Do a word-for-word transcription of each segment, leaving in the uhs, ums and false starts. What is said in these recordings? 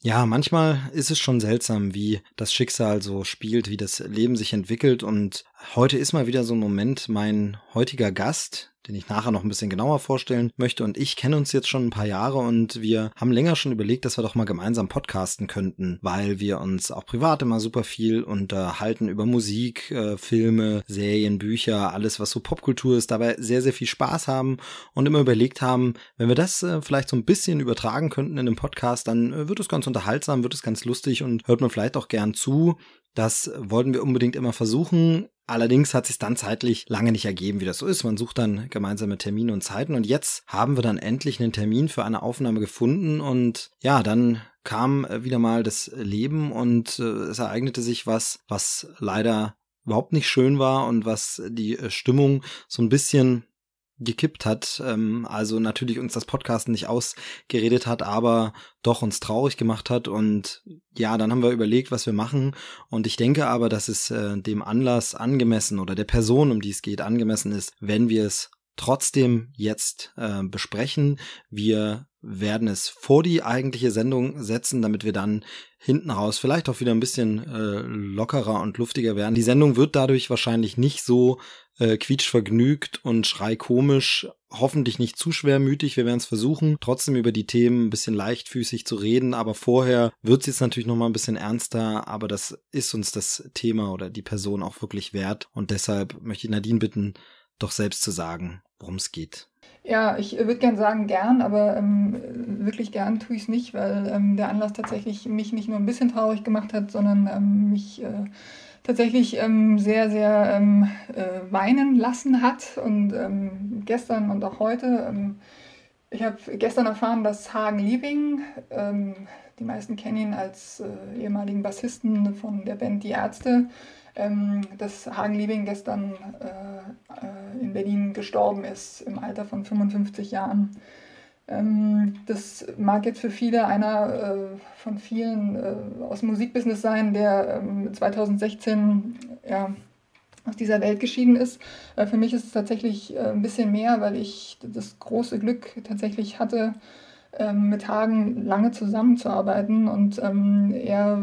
Ja, manchmal ist es schon seltsam, wie das Schicksal so spielt, wie das Leben sich entwickelt. Und heute ist mal wieder so ein Moment. Mein heutiger Gast, den ich nachher noch ein bisschen genauer vorstellen möchte, und ich kennen uns jetzt schon ein paar Jahre und wir haben länger schon überlegt, dass wir doch mal gemeinsam podcasten könnten, weil wir uns auch privat immer super viel unterhalten über Musik, äh, Filme, Serien, Bücher, alles, was so Popkultur ist, dabei sehr, sehr viel Spaß haben und immer überlegt haben, wenn wir das äh, vielleicht so ein bisschen übertragen könnten in einem Podcast, dann äh, wird es ganz unterhaltsam, wird es ganz lustig und hört man vielleicht auch gern zu. Das wollten wir unbedingt immer versuchen. Allerdings hat es sich dann zeitlich lange nicht ergeben, wie das so ist. Man sucht dann gemeinsame Termine und Zeiten und jetzt haben wir dann endlich einen Termin für eine Aufnahme gefunden und ja, dann kam wieder mal das Leben und äh, es ereignete sich was, was leider überhaupt nicht schön war und was die äh, Stimmung so ein bisschen gekippt hat, ähm, also natürlich uns das Podcasten nicht ausgeredet hat, aber doch uns traurig gemacht hat und ja, dann haben wir überlegt, was wir machen und ich denke aber, dass es äh, dem Anlass angemessen oder der Person, um die es geht, angemessen ist, wenn wir es trotzdem jetzt äh, besprechen. Wir werden es vor die eigentliche Sendung setzen, damit wir dann hinten raus vielleicht auch wieder ein bisschen äh, lockerer und luftiger werden. Die Sendung wird dadurch wahrscheinlich nicht so äh, quietschvergnügt und schreikomisch, hoffentlich nicht zu schwermütig. Wir werden es versuchen, trotzdem über die Themen ein bisschen leichtfüßig zu reden, aber vorher wird es jetzt natürlich noch mal ein bisschen ernster, aber das ist uns das Thema oder die Person auch wirklich wert und deshalb möchte ich Nadine bitten, doch selbst zu sagen, worum es geht. Ja, ich würde gern sagen, gern, aber ähm, wirklich gern tue ich es nicht, weil ähm, der Anlass tatsächlich mich nicht nur ein bisschen traurig gemacht hat, sondern ähm, mich äh, tatsächlich ähm, sehr, sehr ähm, äh, weinen lassen hat. Und ähm, gestern und auch heute, ähm, ich habe gestern erfahren, dass Hagen Liebing, ähm, die meisten kennen ihn als äh, ehemaligen Bassisten von der Band Die Ärzte, ähm, dass Hagen Liebing gestern äh, äh, in Berlin gestorben ist, im Alter von fünfundfünfzig Jahren. Ähm, das mag jetzt für viele einer äh, von vielen äh, aus dem Musikbusiness sein, der ähm, zweitausendsechzehn ja, aus dieser Welt geschieden ist. Äh, für mich ist es tatsächlich äh, ein bisschen mehr, weil ich das große Glück tatsächlich hatte, ähm, mit Hagen lange zusammenzuarbeiten und ähm, er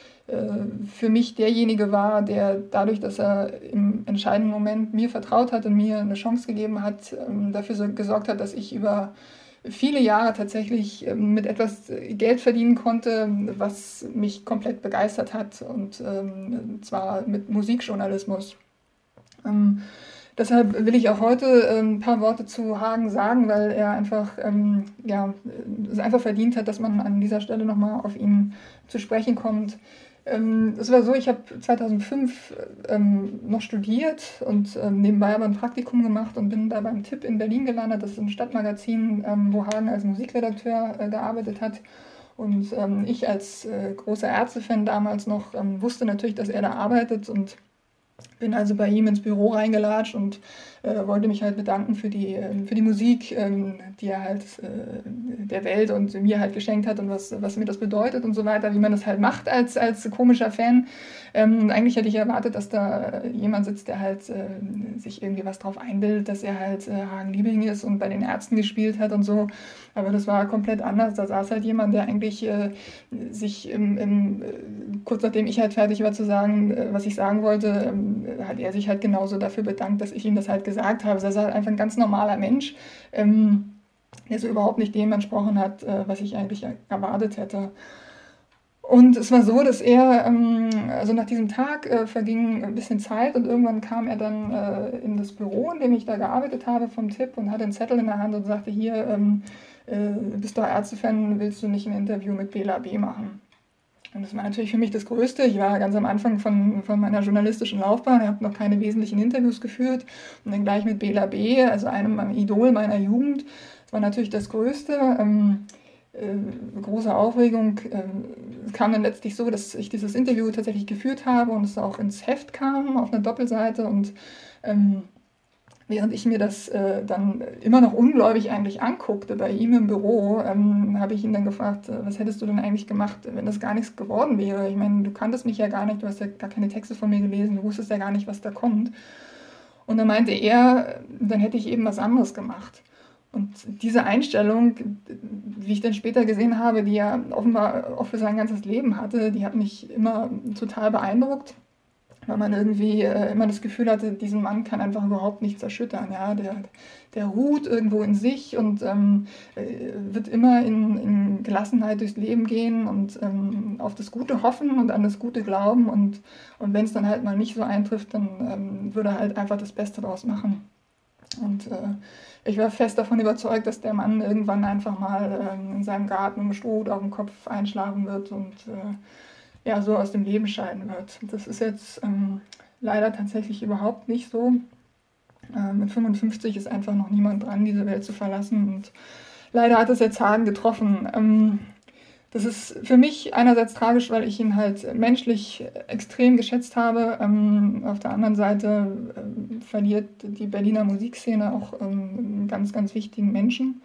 für mich derjenige war, der dadurch, dass er im entscheidenden Moment mir vertraut hat und mir eine Chance gegeben hat, dafür so gesorgt hat, dass ich über viele Jahre tatsächlich mit etwas Geld verdienen konnte, was mich komplett begeistert hat, und ähm, zwar mit Musikjournalismus. Ähm, Deshalb will ich auch heute ein paar Worte zu Hagen sagen, weil er einfach, ähm, ja, es einfach verdient hat, dass man an dieser Stelle nochmal auf ihn zu sprechen kommt. Ähm, es war so, ich habe zweitausendfünf ähm, noch studiert und ähm, nebenbei aber ein Praktikum gemacht und bin da beim Tipp in Berlin gelandet. Das ist ein Stadtmagazin, ähm, wo Hagen als Musikredakteur äh, gearbeitet hat. Und ähm, ich als äh, großer Ärzte-Fan damals noch ähm, wusste natürlich, dass er da arbeitet, und bin also bei ihm ins Büro reingelatscht und äh, wollte mich halt bedanken für die, äh, für die Musik, ähm, die er halt äh, der Welt und mir halt geschenkt hat und was, was mir das bedeutet und so weiter, wie man das halt macht als, als komischer Fan. Ähm, eigentlich hätte ich erwartet, dass da jemand sitzt, der halt äh, sich irgendwie was drauf einbildet, dass er halt äh, Hagen Liebing ist und bei den Ärzten gespielt hat und so. Aber das war komplett anders. Da saß halt jemand, der eigentlich äh, sich im, im, äh, kurz nachdem ich halt fertig war zu sagen, äh, was ich sagen wollte, ähm, hat er sich halt genauso dafür bedankt, dass ich ihm das halt gesagt habe. Also er ist halt einfach ein ganz normaler Mensch, ähm, der so überhaupt nicht dem entsprochen hat, äh, was ich eigentlich erwartet hätte. Und es war so, dass er, ähm, also nach diesem Tag äh, verging ein bisschen Zeit und irgendwann kam er dann äh, in das Büro, in dem ich da gearbeitet habe, vom Tipp, und hatte einen Zettel in der Hand und sagte, hier, ähm, äh, bist du Ärzte-Fan, willst du nicht ein Interview mit Bela B. machen? Und das war natürlich für mich das Größte. Ich war ganz am Anfang von, von meiner journalistischen Laufbahn, ich habe noch keine wesentlichen Interviews geführt, und dann gleich mit Bela B., also einem Idol meiner Jugend. Das war natürlich das Größte. Ähm, äh, große Aufregung. Es kam dann letztlich so, dass ich dieses Interview tatsächlich geführt habe und es auch ins Heft kam, auf einer Doppelseite, und ähm, während ich mir das äh, dann immer noch ungläubig eigentlich anguckte bei ihm im Büro, ähm, habe ich ihn dann gefragt, äh, was hättest du denn eigentlich gemacht, wenn das gar nichts geworden wäre? Ich meine, du kanntest mich ja gar nicht, du hast ja gar keine Texte von mir gelesen, du wusstest ja gar nicht, was da kommt. Und dann meinte er, dann hätte ich eben was anderes gemacht. Und diese Einstellung, wie ich dann später gesehen habe, die er offenbar auch für sein ganzes Leben hatte, die hat mich immer total beeindruckt, weil man irgendwie äh, immer das Gefühl hatte, diesen Mann kann einfach überhaupt nichts erschüttern. Ja? Der, der ruht irgendwo in sich und ähm, äh, wird immer in, in Gelassenheit durchs Leben gehen und ähm, auf das Gute hoffen und an das Gute glauben. Und, und wenn es dann halt mal nicht so eintrifft, dann ähm, würde er halt einfach das Beste draus machen. Und äh, ich war fest davon überzeugt, dass der Mann irgendwann einfach mal ähm, in seinem Garten mit Stroh auf dem Kopf einschlafen wird und äh, ja, so aus dem Leben scheiden wird. Das ist jetzt ähm, leider tatsächlich überhaupt nicht so. Äh, mit fünfundfünfzig ist einfach noch niemand dran, diese Welt zu verlassen. Und leider hat es jetzt Hagen getroffen. Ähm, Das ist für mich einerseits tragisch, weil ich ihn halt menschlich extrem geschätzt habe. Ähm, auf der anderen Seite ähm, verliert die Berliner Musikszene auch ähm, einen ganz, ganz wichtigen Menschen.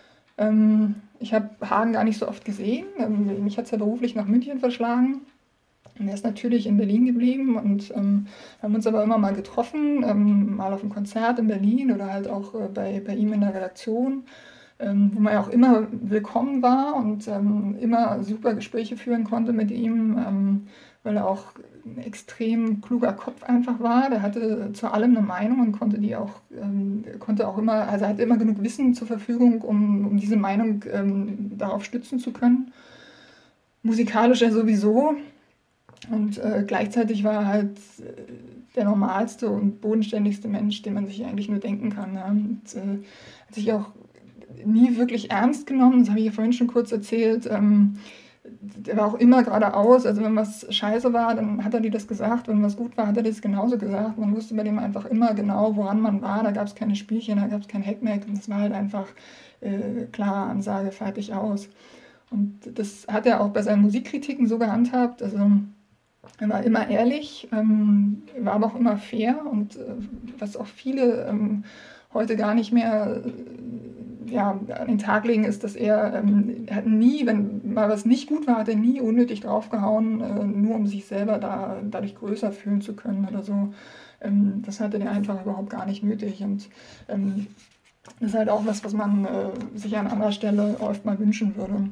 Ähm, ich habe Hagen gar nicht so oft gesehen. Ähm, mich hat es ja beruflich nach München verschlagen. Und er ist natürlich in Berlin geblieben und ähm, haben uns aber immer mal getroffen, ähm, mal auf einem Konzert in Berlin oder halt auch äh, bei, bei ihm in der Redaktion. Ähm, wo man ja auch immer willkommen war und ähm, immer super Gespräche führen konnte mit ihm, ähm, weil er auch ein extrem kluger Kopf einfach war. Der hatte zu allem eine Meinung und konnte die auch, ähm, konnte auch immer, also er hatte immer genug Wissen zur Verfügung, um, um diese Meinung ähm, darauf stützen zu können. Musikalisch ja sowieso. Und äh, gleichzeitig war er halt äh, der normalste und bodenständigste Mensch, den man sich eigentlich nur denken kann. Ja. Und, äh, hat sich auch nie wirklich ernst genommen, das habe ich ja vorhin schon kurz erzählt. Ähm, der war auch immer geradeaus, also wenn was scheiße war, dann hat er dir das gesagt, wenn was gut war, hat er das genauso gesagt. Man wusste bei dem einfach immer genau, woran man war, da gab es keine Spielchen, da gab es kein Hackmack und das war halt einfach äh, klar, Ansage, fertig, aus. Und das hat er auch bei seinen Musikkritiken so gehandhabt, also er war immer ehrlich, ähm, war aber auch immer fair und äh, was auch viele ähm, heute gar nicht mehr äh, ja, an den Tag legen, ist, dass er, ähm, er hat nie, wenn mal was nicht gut war, hat er nie unnötig draufgehauen, äh, nur um sich selber da, dadurch größer fühlen zu können oder so. Ähm, das hatte er einfach überhaupt gar nicht nötig und ähm, das ist halt auch was, was man äh, sich an anderer Stelle oft mal wünschen würde.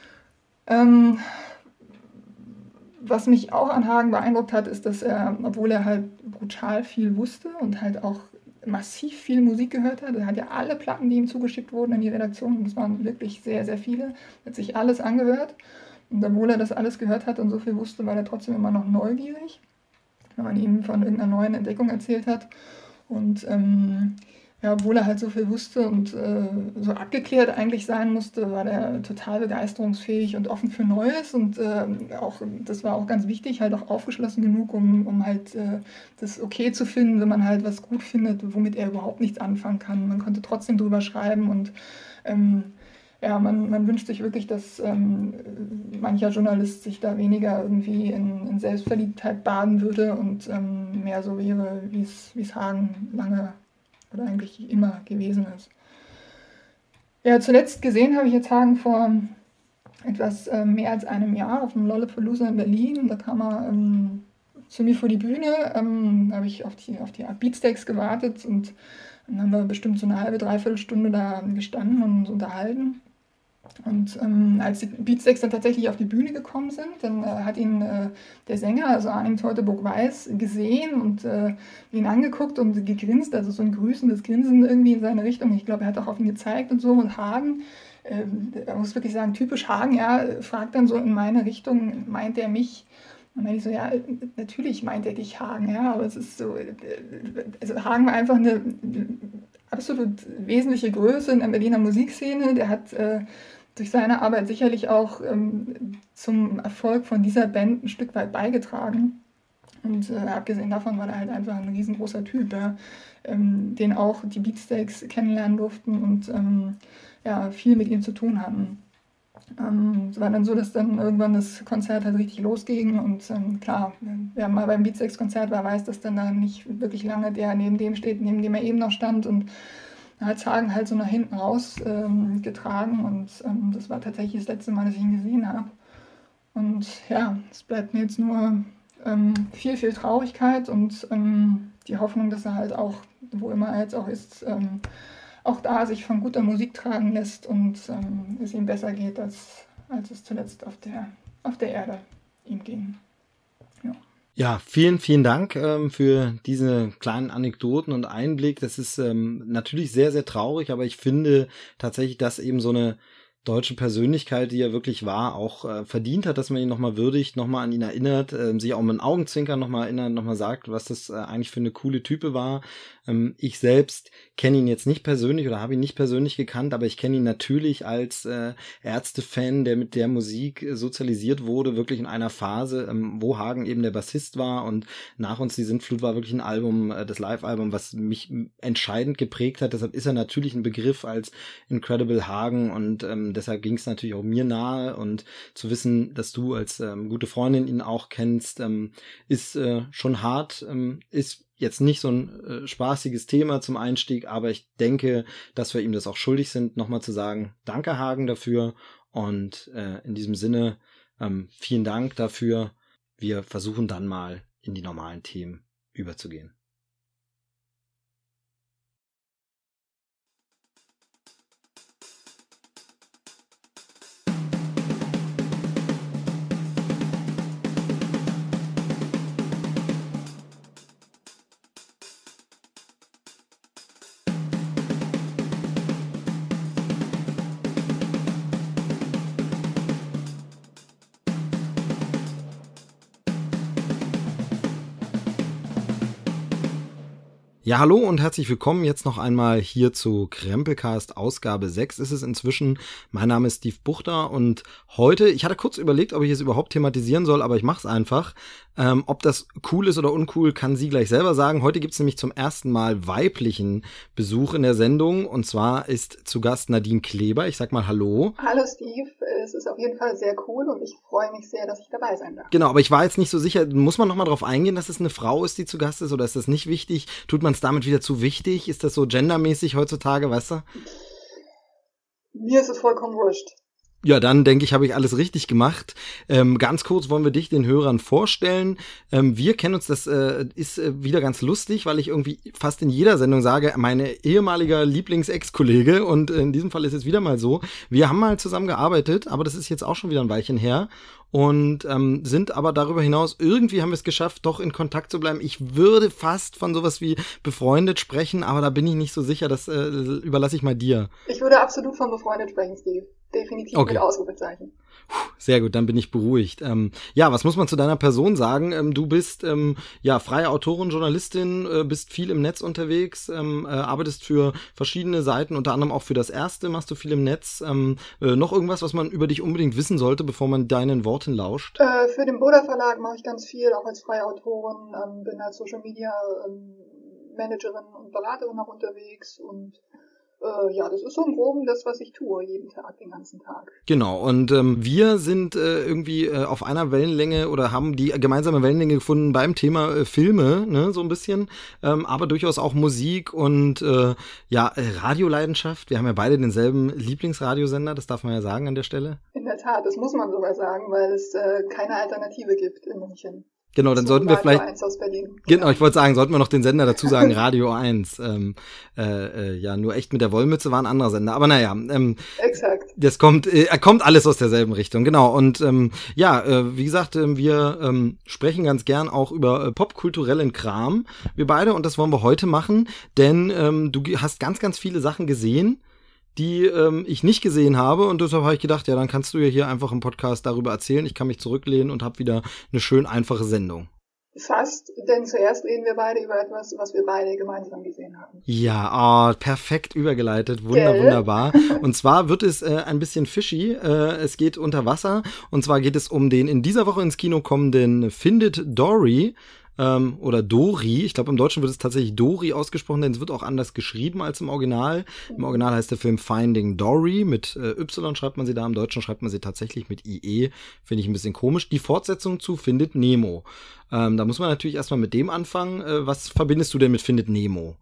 Ähm, Was mich auch an Hagen beeindruckt hat, ist, dass er, obwohl er halt brutal viel wusste und halt auch massiv viel Musik gehört hat, er hat ja alle Platten, die ihm zugeschickt wurden in die Redaktion, und das waren wirklich sehr, sehr viele, hat sich alles angehört. Und obwohl er das alles gehört hat und so viel wusste, war er trotzdem immer noch neugierig, wenn man ihm von irgendeiner neuen Entdeckung erzählt hat. Und ähm, ja, obwohl er halt so viel wusste und äh, so abgeklärt eigentlich sein musste, war der total begeisterungsfähig und offen für Neues und äh, auch, das war auch ganz wichtig, halt auch aufgeschlossen genug, um, um halt äh, das okay zu finden, wenn man halt was gut findet, womit er überhaupt nichts anfangen kann. Man konnte trotzdem drüber schreiben und ähm, ja, man, man wünscht sich wirklich, dass ähm, mancher Journalist sich da weniger irgendwie in, in Selbstverliebtheit baden würde und ähm, mehr so wäre, wie es Hagen lange oder eigentlich immer gewesen ist. Ja, zuletzt gesehen habe ich jetzt Hagen vor etwas äh, mehr als einem Jahr auf dem Lollapalooza in Berlin. Da kam er ähm, zu mir vor die Bühne, ähm, da habe ich auf die, auf die Beatsteaks gewartet und dann haben wir bestimmt so eine halbe, dreiviertel Stunde da gestanden und uns unterhalten. Und ähm, als die Beatsteaks dann tatsächlich auf die Bühne gekommen sind, dann äh, hat ihn äh, der Sänger, also Arnim Teutoburg-Weiß, gesehen und äh, ihn angeguckt und gegrinst, also so ein grüßendes Grinsen irgendwie in seine Richtung. Ich glaube, er hat auch auf ihn gezeigt und so. Und Hagen, äh, er muss wirklich sagen, typisch Hagen, ja, fragt dann so in meine Richtung, meint er mich? Und dann ich so, ja, natürlich meint er dich, Hagen, ja, aber es ist so, also Hagen war einfach eine absolut wesentliche Größe in der Berliner Musikszene. Der hat äh, durch seine Arbeit sicherlich auch ähm, zum Erfolg von dieser Band ein Stück weit beigetragen. Und äh, abgesehen davon war er halt einfach ein riesengroßer Typ, ja, ähm, den auch die Beatsteaks kennenlernen durften und ähm, ja, viel mit ihm zu tun hatten. Ähm, es war dann so, dass dann irgendwann das Konzert halt richtig losging und ähm, klar, wer mal beim Beatsteaks-Konzert war, weiß, dass dann da nicht wirklich lange der neben dem steht, neben dem er eben noch stand und er hat Hagen halt so nach hinten raus ähm, getragen und ähm, das war tatsächlich das letzte Mal, dass ich ihn gesehen habe. Und ja, es bleibt mir jetzt nur ähm, viel, viel Traurigkeit und ähm, die Hoffnung, dass er halt auch, wo immer er jetzt auch ist, ähm, auch da sich von guter Musik tragen lässt und ähm, es ihm besser geht, als, als es zuletzt auf der, auf der Erde ihm ging. Ja. Ja, vielen, vielen Dank ähm, für diese kleinen Anekdoten und Einblick. Das ist ähm, natürlich sehr, sehr traurig, aber ich finde tatsächlich, dass eben so eine deutsche Persönlichkeit, die er wirklich war, auch äh, verdient hat, dass man ihn nochmal würdigt, nochmal an ihn erinnert, äh, sich auch mit einem Augenzwinkern nochmal erinnert, nochmal sagt, was das äh, eigentlich für eine coole Type war. Ähm, ich selbst kenne ihn jetzt nicht persönlich oder habe ihn nicht persönlich gekannt, aber ich kenne ihn natürlich als äh, Ärzte-Fan, der mit der Musik äh, sozialisiert wurde, wirklich in einer Phase, ähm, wo Hagen eben der Bassist war und Nach uns die Sintflut war wirklich ein Album, äh, das Live-Album, was mich entscheidend geprägt hat. Deshalb ist er natürlich ein Begriff als Incredible Hagen und ähm, deshalb ging es natürlich auch mir nahe und zu wissen, dass du als ähm, gute Freundin ihn auch kennst, ähm, ist äh, schon hart, ähm, ist jetzt nicht so ein äh, spaßiges Thema zum Einstieg, aber ich denke, dass wir ihm das auch schuldig sind, nochmal zu sagen, danke Hagen dafür und äh, in diesem Sinne ähm, vielen Dank dafür. Wir versuchen dann mal in die normalen Themen überzugehen. Ja, hallo und herzlich willkommen jetzt noch einmal hier zu Krempelcast Ausgabe sechs ist es inzwischen. Mein Name ist Steve Buchter und heute, ich hatte kurz überlegt, ob ich es überhaupt thematisieren soll, aber ich mache es einfach. Ähm, ob das cool ist oder uncool, kann sie gleich selber sagen. Heute gibt es nämlich zum ersten Mal weiblichen Besuch in der Sendung und zwar ist zu Gast Nadine Kleber. Ich sag mal Hallo. Hallo Steve, es ist auf jeden Fall sehr cool und ich freue mich sehr, dass ich dabei sein darf. Genau, aber ich war jetzt nicht so sicher, muss man nochmal drauf eingehen, dass es eine Frau ist, die zu Gast ist oder ist das nicht wichtig? Tut man es damit wieder zu wichtig? Ist das so gendermäßig heutzutage, weißt du? Mir ist es vollkommen wurscht. Ja, dann denke ich, habe ich alles richtig gemacht. Ähm, ganz kurz wollen wir dich den Hörern vorstellen. Ähm, wir kennen uns, das äh, ist äh, wieder ganz lustig, weil ich irgendwie fast in jeder Sendung sage, meine ehemaliger Lieblings-Ex-Kollege und in diesem Fall ist es wieder mal so. Wir haben mal zusammen gearbeitet, aber das ist jetzt auch schon wieder ein Weilchen her. Und ähm, sind aber darüber hinaus, irgendwie haben wir es geschafft, doch in Kontakt zu bleiben. Ich würde fast von sowas wie befreundet sprechen, aber da bin ich nicht so sicher, das äh, überlasse ich mal dir. Ich würde absolut von befreundet sprechen, Steve. Definitiv okay. Mit Ausrufezeichen. Sehr gut, dann bin ich beruhigt. Ähm, ja, was muss man zu deiner Person sagen? Ähm, du bist ähm, ja freie Autorin, Journalistin, äh, bist viel im Netz unterwegs, ähm, äh, arbeitest für verschiedene Seiten, unter anderem auch für das Erste machst du viel im Netz. Ähm, äh, noch irgendwas, was man über dich unbedingt wissen sollte, bevor man deinen Worten lauscht? Äh, für den Boda Verlag mache ich ganz viel, auch als freie Autorin, ähm, bin als Social Media ähm, Managerin und Beraterin auch unterwegs und Äh, ja, das ist so im Groben das, was ich tue, jeden Tag, den ganzen Tag. Genau, und ähm, wir sind äh, irgendwie äh, auf einer Wellenlänge oder haben die gemeinsame Wellenlänge gefunden beim Thema äh, Filme, ne, so ein bisschen, ähm, aber durchaus auch Musik und äh, ja, äh, Radioleidenschaft. Wir haben ja beide denselben Lieblingsradiosender, das darf man ja sagen an der Stelle. In der Tat, das muss man sogar sagen, weil es äh, keine Alternative gibt in München. Genau, dann so sollten wir Radio vielleicht. eins aus Berlin. Genau, genau, ich wollte sagen, sollten wir noch den Sender dazu sagen, Radio eins. Ähm, äh, äh, ja, nur echt mit der Wollmütze war ein anderer Sender. Aber naja, ähm, exakt. Das kommt, äh, kommt alles aus derselben Richtung, genau. Und ähm, ja, äh, wie gesagt, äh, wir ähm, sprechen ganz gern auch über äh, popkulturellen Kram, wir beide, und das wollen wir heute machen, denn ähm, du hast ganz, ganz viele Sachen gesehen, die ähm, ich nicht gesehen habe und deshalb habe ich gedacht, ja, dann kannst du ja hier einfach im Podcast darüber erzählen. Ich kann mich zurücklehnen und habe wieder eine schön einfache Sendung. Fast, denn zuerst reden wir beide über etwas, was wir beide gemeinsam gesehen haben. Ja, oh, perfekt übergeleitet, wunder, Gell? Wunderbar. Und zwar wird es äh, ein bisschen fishy, äh, es geht unter Wasser und zwar geht es um den in dieser Woche ins Kino kommenden Findet Dory. Ähm, oder Dory, ich glaube im Deutschen wird es tatsächlich Dory ausgesprochen, denn es wird auch anders geschrieben als im Original. Im Original heißt der Film Finding Dory, mit äh, Y schreibt man sie da, im Deutschen schreibt man sie tatsächlich mit I E, finde ich ein bisschen komisch. Die Fortsetzung zu Findet Nemo. Ähm, da muss man natürlich erstmal mit dem anfangen. Äh, was verbindest du denn mit Findet Nemo?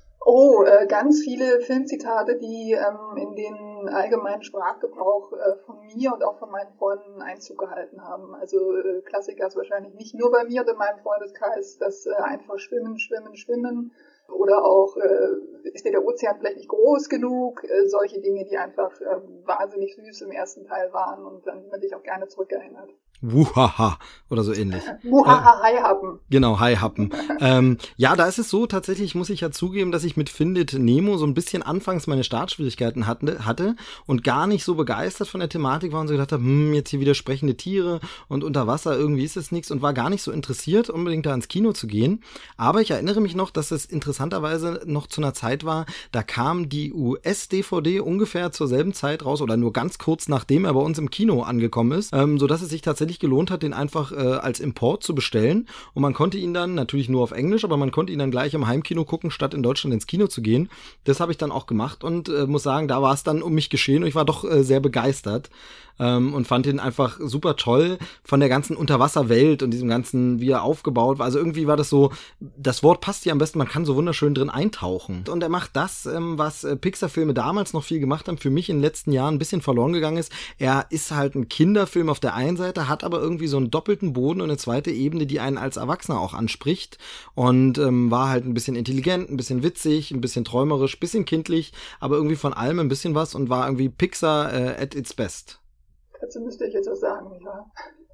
Oh, äh, ganz viele Filmzitate, die ähm, in den allgemeinen Sprachgebrauch äh, von mir und auch von meinen Freunden Einzug gehalten haben. Also äh, Klassiker ist wahrscheinlich nicht nur bei mir und in meinem Freundeskreis, das äh, einfach Schwimmen, Schwimmen, Schwimmen. Oder auch, äh, ist dir der Ozean vielleicht nicht groß genug? Äh, solche Dinge, die einfach äh, wahnsinnig süß im ersten Teil waren und an die man sich auch gerne zurückerinnert. Wuhaha oder so ähnlich. Wuhaha, äh, Haihappen. Genau, Haihappen. ähm, ja, da ist es so, tatsächlich muss ich ja zugeben, dass ich mit Findet Nemo so ein bisschen anfangs meine Startschwierigkeiten hatte, hatte und gar nicht so begeistert von der Thematik war und so gedacht habe, hm, jetzt hier wieder sprechende Tiere und unter Wasser, irgendwie ist es nichts und war gar nicht so interessiert, unbedingt da ins Kino zu gehen. Aber ich erinnere mich noch, dass es interessanterweise noch zu einer Zeit war, da kam die U S-D V D ungefähr zur selben Zeit raus oder nur ganz kurz nachdem er bei uns im Kino angekommen ist, ähm, sodass es sich tatsächlich gelohnt hat, den einfach äh, als Import zu bestellen und man konnte ihn dann, natürlich nur auf Englisch, aber man konnte ihn dann gleich im Heimkino gucken, statt in Deutschland ins Kino zu gehen. Das habe ich dann auch gemacht und äh, muss sagen, da war es dann um mich geschehen und ich war doch äh, sehr begeistert ähm, und fand ihn einfach super toll von der ganzen Unterwasserwelt und diesem ganzen, wie er aufgebaut war. Also irgendwie war das so, das Wort passt hier am besten, man kann so wunderschön drin eintauchen. Und er macht das, ähm, was äh, Pixar-Filme damals noch viel gemacht haben, für mich in den letzten Jahren ein bisschen verloren gegangen ist. Er ist halt ein Kinderfilm auf der einen Seite, hat aber irgendwie so einen doppelten Boden und eine zweite Ebene, die einen als Erwachsener auch anspricht und ähm, war halt ein bisschen intelligent, ein bisschen witzig, ein bisschen träumerisch, ein bisschen kindlich, aber irgendwie von allem ein bisschen was und war irgendwie Pixar äh, at its best. Dazu müsste ich jetzt was sagen, ja.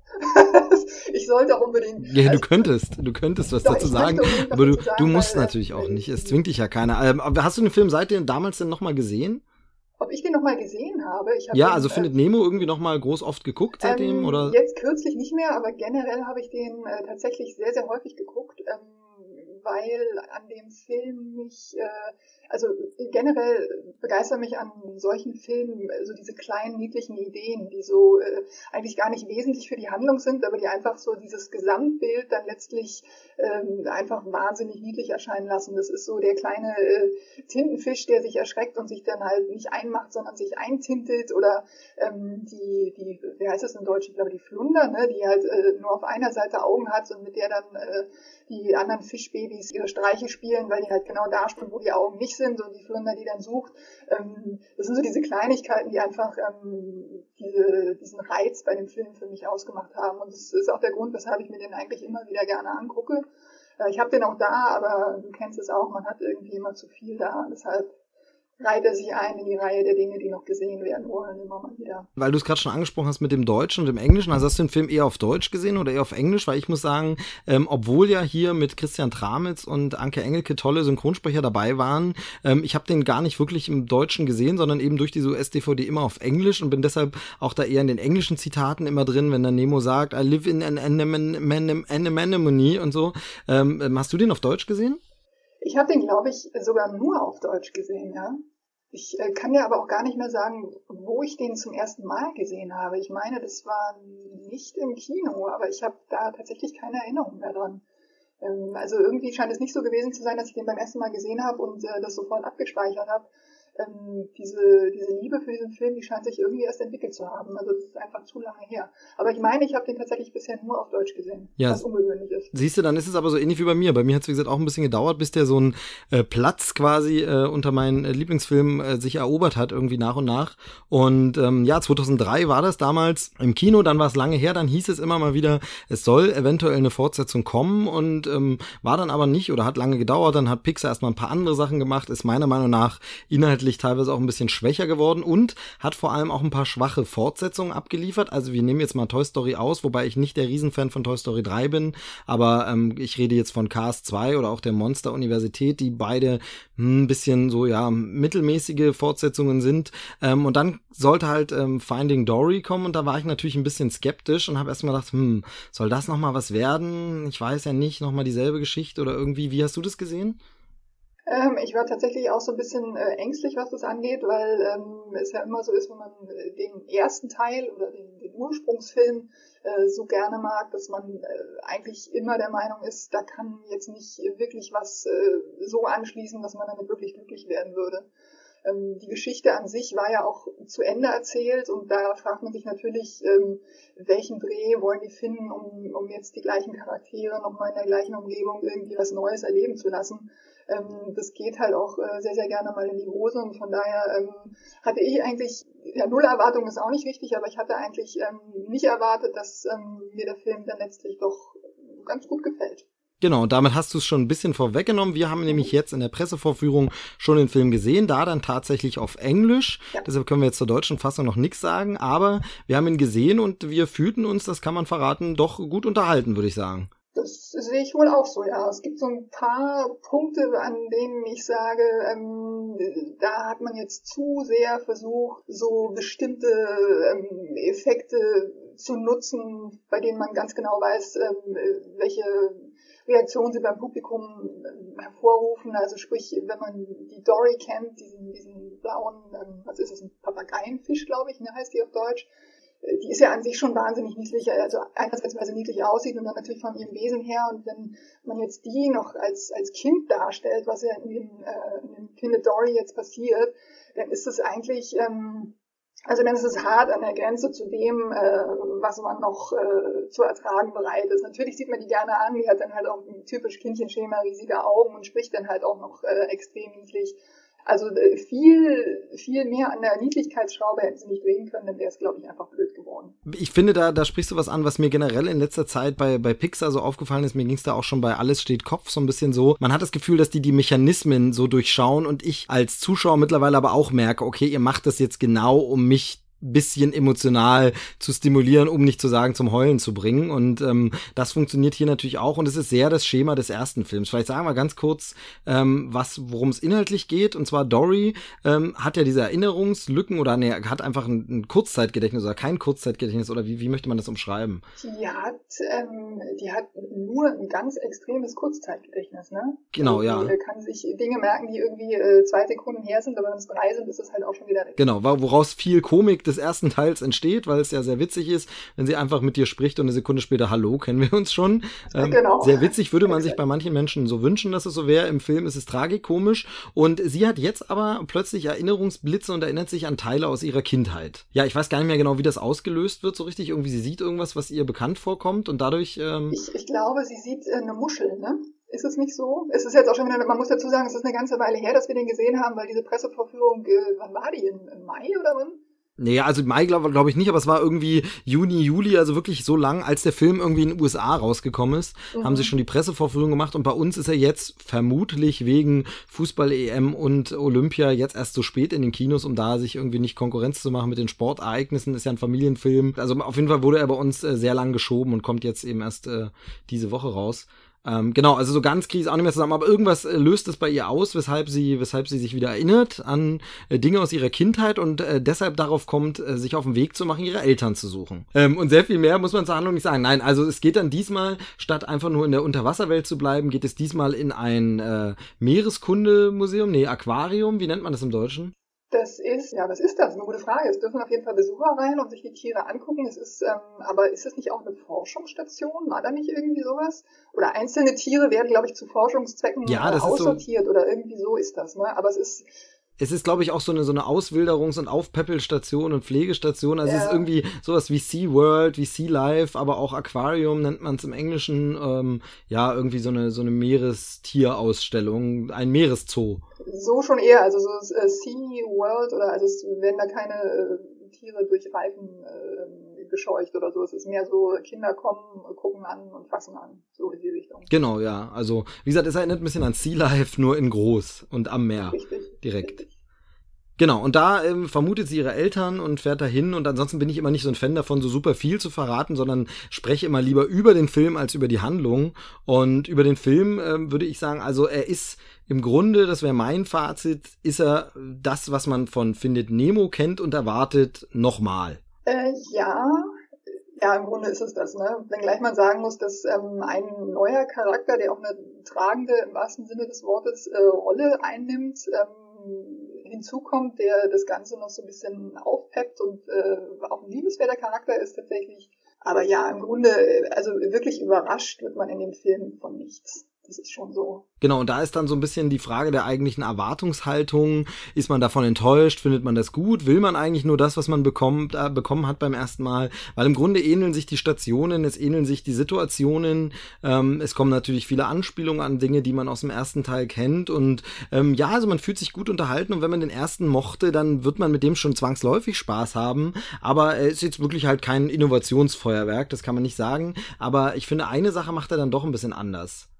Ich sollte auch unbedingt... Ja, du könntest, du könntest was doch, dazu sagen, aber du, sagen, du musst weil, natürlich auch nicht, es zwingt dich ja keiner. Ähm, aber hast du den Film seitdem damals denn nochmal gesehen? Ob ich den nochmal gesehen habe? Ich hab ja, den, also Findet äh, Nemo irgendwie nochmal groß oft geguckt seitdem? Ähm, oder? Jetzt kürzlich nicht mehr, aber generell habe ich den äh, tatsächlich sehr, sehr häufig geguckt, ähm, weil an dem Film mich, äh, also generell begeistern mich an solchen Filmen so diese kleinen, niedlichen Ideen, die so äh, eigentlich gar nicht wesentlich für die Handlung sind, aber die einfach so dieses Gesamtbild dann letztlich ähm, einfach wahnsinnig niedlich erscheinen lassen. Das ist so der kleine äh, Tintenfisch, der sich erschreckt und sich dann halt nicht einmacht, sondern sich eintintet oder ähm, die, die, wie heißt das in Deutsch? Ich glaube die Flunder, ne, die halt äh, nur auf einer Seite Augen hat und mit der dann äh, die anderen Fischbabys ihre Streiche spielen, weil die halt genau da stehen, wo die Augen nicht sind und die Flunder, die dann sucht. Ähm, das sind so diese Kleinigkeiten, die einfach ähm, diese, diesen Reiz bei dem Film für mich ausgemacht haben. Und das ist auch der Grund, weshalb ich mir den eigentlich immer wieder gerne angucke. Äh, ich habe den auch da, aber du kennst es auch, man hat irgendwie immer zu viel da. Deshalb reiht er sich ein in die Reihe der Dinge, die noch gesehen werden wollen, immer mal wieder. Weil du es gerade schon angesprochen hast mit dem Deutschen und dem Englischen, also hast du den Film eher auf Deutsch gesehen oder eher auf Englisch? Weil ich muss sagen, ähm, obwohl ja hier mit Christian Tramitz und Anke Engelke tolle Synchronsprecher dabei waren, ähm, ich habe den gar nicht wirklich im Deutschen gesehen, sondern eben durch diese U S-D V D immer auf Englisch und bin deshalb auch da eher in den englischen Zitaten immer drin, wenn dann Nemo sagt, I live in an anemone und so. Ähm, hast du den auf Deutsch gesehen? Ich habe den, glaube ich, sogar nur auf Deutsch gesehen, ja. Ich äh, kann dir aber auch gar nicht mehr sagen, wo ich den zum ersten Mal gesehen habe. Ich meine, das war nicht im Kino, aber ich habe da tatsächlich keine Erinnerung mehr dran. Ähm, also irgendwie scheint es nicht so gewesen zu sein, dass ich den beim ersten Mal gesehen habe und äh, das sofort abgespeichert habe. Ähm, diese, diese Liebe für diesen Film, die scheint sich irgendwie erst entwickelt zu haben. Also das ist einfach zu lange her. Aber ich meine, ich habe den tatsächlich bisher nur auf Deutsch gesehen, ja, was ungewöhnlich ist. Siehst du, dann ist es aber so ähnlich wie bei mir. Bei mir hat es, wie gesagt, auch ein bisschen gedauert, bis der so einen äh, Platz quasi äh, unter meinen äh, Lieblingsfilmen äh, sich erobert hat, irgendwie nach und nach. Und ähm, ja, zweitausenddrei war das damals im Kino, dann war es lange her, dann hieß es immer mal wieder, es soll eventuell eine Fortsetzung kommen und ähm, war dann aber nicht oder hat lange gedauert. Dann hat Pixar erstmal ein paar andere Sachen gemacht, ist meiner Meinung nach inhaltlich teilweise auch ein bisschen schwächer geworden und hat vor allem auch ein paar schwache Fortsetzungen abgeliefert. Also wir nehmen jetzt mal Toy Story aus, wobei ich nicht der Riesenfan von Toy Story drei bin, aber ähm, ich rede jetzt von Cars zwei oder auch der Monster Universität, die beide ein bisschen so, ja, mittelmäßige Fortsetzungen sind. Ähm, und dann sollte halt ähm, Finding Dory kommen und da war ich natürlich ein bisschen skeptisch und habe erstmal gedacht, hm, soll das nochmal was werden? Ich weiß ja nicht, nochmal dieselbe Geschichte oder irgendwie. Wie hast du das gesehen? Ähm, ich war tatsächlich auch so ein bisschen äh, ängstlich, was das angeht, weil ähm, es ja immer so ist, wenn man äh, den ersten Teil oder den, den Ursprungsfilm äh, so gerne mag, dass man äh, eigentlich immer der Meinung ist, da kann jetzt nicht wirklich was äh, so anschließen, dass man damit wirklich glücklich werden würde. Ähm, die Geschichte an sich war ja auch zu Ende erzählt und da fragt man sich natürlich, ähm, welchen Dreh wollen die finden, um, um jetzt die gleichen Charaktere nochmal in der gleichen Umgebung irgendwie was Neues erleben zu lassen. Ähm, das geht halt auch äh, sehr, sehr gerne mal in die Hose und von daher ähm, hatte ich eigentlich, ja, null Erwartung ist auch nicht richtig, aber ich hatte eigentlich ähm, nicht erwartet, dass ähm, mir der Film dann letztlich doch ganz gut gefällt. Genau, und damit hast du es schon ein bisschen vorweggenommen. Wir haben nämlich jetzt in der Pressevorführung schon den Film gesehen, da dann tatsächlich auf Englisch. Ja. Deshalb können wir jetzt zur deutschen Fassung noch nichts sagen, aber wir haben ihn gesehen und wir fühlten uns, das kann man verraten, doch gut unterhalten, würde ich sagen. Das sehe ich wohl auch so, ja. Es gibt so ein paar Punkte, an denen ich sage, ähm, da hat man jetzt zu sehr versucht, so bestimmte ähm, Effekte zu nutzen, bei denen man ganz genau weiß, ähm, welche Reaktionen sie beim Publikum ähm, hervorrufen. Also sprich, wenn man die Dory kennt, diesen, diesen blauen, ähm, was ist das, ein Papageienfisch, glaube ich, ne, heißt die auf Deutsch. Die ist ja an sich schon wahnsinnig niedlich, also einerseits, weil sie niedlich aussieht und dann natürlich von ihrem Wesen her. Und wenn man jetzt die noch als als Kind darstellt, was ja in dem, äh, in dem Findet Dory jetzt passiert, dann ist es eigentlich, ähm, also dann ist es hart an der Grenze zu dem, äh, was man noch äh, zu ertragen bereit ist. Natürlich sieht man die gerne an, die hat dann halt auch ein typisch Kindchenschema, riesige Augen und spricht dann halt auch noch äh, extrem niedlich. Also viel, viel mehr an der Niedlichkeitsschraube hätten sie nicht drehen können, dann wäre es, glaube ich, einfach blöd geworden. Ich finde, da, da sprichst du was an, was mir generell in letzter Zeit bei, bei Pixar so aufgefallen ist. Mir ging es da auch schon bei Alles steht Kopf so ein bisschen so. Man hat das Gefühl, dass die die Mechanismen so durchschauen und ich als Zuschauer mittlerweile aber auch merke, okay, ihr macht das jetzt genau, um mich bisschen emotional zu stimulieren, um nicht zu sagen, zum Heulen zu bringen. Und ähm, das funktioniert hier natürlich auch. Und es ist sehr das Schema des ersten Films. Vielleicht sagen wir ganz kurz, ähm, was, worum es inhaltlich geht. Und zwar Dory ähm, hat ja diese Erinnerungslücken oder nee, hat einfach ein, ein Kurzzeitgedächtnis oder kein Kurzzeitgedächtnis oder wie, wie möchte man das umschreiben? Die hat, ähm, die hat nur ein ganz extremes Kurzzeitgedächtnis, ne? Genau, ja. Die kann sich Dinge merken, die irgendwie äh, zwei Sekunden her sind, aber wenn es drei sind, ist es halt auch schon wieder weg. Genau, woraus viel Komik des ersten Teils entsteht, weil es ja sehr witzig ist, wenn sie einfach mit dir spricht und eine Sekunde später, hallo, kennen wir uns schon. Ähm, genau. Sehr witzig, würde man sich bei manchen Menschen so wünschen, dass es so wäre. Im Film ist es tragikomisch und sie hat jetzt aber plötzlich Erinnerungsblitze und erinnert sich an Teile aus ihrer Kindheit. Ja, ich weiß gar nicht mehr genau, wie das ausgelöst wird so richtig. Irgendwie, sie sieht irgendwas, was ihr bekannt vorkommt und dadurch... Ähm ich, ich glaube, sie sieht äh, eine Muschel, ne? Ist es nicht so? Es ist jetzt auch schon wieder, man muss dazu sagen, es ist eine ganze Weile her, dass wir den gesehen haben, weil diese Pressevorführung, äh, wann war die? Im, im Mai oder wann? Nee, also Mai glaube glaub ich nicht, aber es war irgendwie Juni, Juli, also wirklich so lang, als der Film irgendwie in den U S A rausgekommen ist, mhm. haben sie schon die Pressevorführung gemacht und bei uns ist er jetzt vermutlich wegen Fußball-E M und Olympia jetzt erst so spät in den Kinos, um da sich irgendwie nicht Konkurrenz zu machen mit den Sportereignissen, ist ja ein Familienfilm. Also auf jeden Fall wurde er bei uns äh, sehr lang geschoben und kommt jetzt eben erst äh, diese Woche raus. Ähm, genau, also so ganz kriege ich es auch nicht mehr zusammen, aber irgendwas äh, löst es bei ihr aus, weshalb sie, weshalb sie sich wieder erinnert an äh, Dinge aus ihrer Kindheit und äh, deshalb darauf kommt, äh, sich auf den Weg zu machen, ihre Eltern zu suchen. Ähm, und sehr viel mehr muss man zur Handlung nicht sagen. Nein, also es geht dann diesmal, statt einfach nur in der Unterwasserwelt zu bleiben, geht es diesmal in ein äh, Meereskundemuseum, nee, Aquarium, wie nennt man das im Deutschen? Das ist, ja, was ist das? Eine gute Frage. Es dürfen auf jeden Fall Besucher rein und sich die Tiere angucken. Es ist, ähm, aber ist es nicht auch eine Forschungsstation? War da nicht irgendwie sowas? Oder einzelne Tiere werden, glaube ich, zu Forschungszwecken ja, das aussortiert ist so, oder irgendwie so ist das, ne? Aber es ist, es ist, glaube ich, auch so eine so eine Auswilderungs- und Aufpäppelstation und Pflegestation. Also ja. Es ist irgendwie sowas wie Sea World, wie Sea Life, aber auch Aquarium nennt man es im Englischen. Ähm, ja, irgendwie so eine so eine Meerestierausstellung, ein Meereszoo. So schon eher, also so äh, Sea World oder also es werden da keine äh, Tiere durch Reifen äh, gescheucht oder so. Es ist mehr so, Kinder kommen, gucken an und fassen an. So in die Richtung. Genau, ja. Also, wie gesagt, es erinnert ein bisschen an Sea Life, nur in groß und am Meer. Richtig. Direkt. Richtig. Genau, und da ähm, vermutet sie ihre Eltern und fährt dahin und ansonsten bin ich immer nicht so ein Fan davon, so super viel zu verraten, sondern spreche immer lieber über den Film als über die Handlung. Und über den Film ähm, würde ich sagen, also er ist im Grunde, das wäre mein Fazit, ist er das, was man von Findet Nemo kennt und erwartet, nochmal. Äh, ja, ja, im Grunde ist es das, ne? Wenngleich man sagen muss, dass ähm, ein neuer Charakter, der auch eine tragende, im wahrsten Sinne des Wortes, äh, Rolle einnimmt, ähm, hinzukommt, der das Ganze noch so ein bisschen aufpeppt und äh, auch ein liebenswerter Charakter ist tatsächlich. Aber ja, im Grunde, also wirklich überrascht wird man in dem Film von nichts. Das ist schon so. Genau, und da ist dann so ein bisschen die Frage der eigentlichen Erwartungshaltung. Ist man davon enttäuscht? Findet man das gut? Will man eigentlich nur das, was man bekommt, äh, bekommen hat beim ersten Mal? Weil im Grunde ähneln sich die Stationen, es ähneln sich die Situationen. Ähm, es kommen natürlich viele Anspielungen an Dinge, die man aus dem ersten Teil kennt. Und ähm, ja, also man fühlt sich gut unterhalten. Und wenn man den ersten mochte, dann wird man mit dem schon zwangsläufig Spaß haben. Aber er ist jetzt wirklich halt kein Innovationsfeuerwerk, das kann man nicht sagen. Aber ich finde, eine Sache macht er dann doch ein bisschen anders.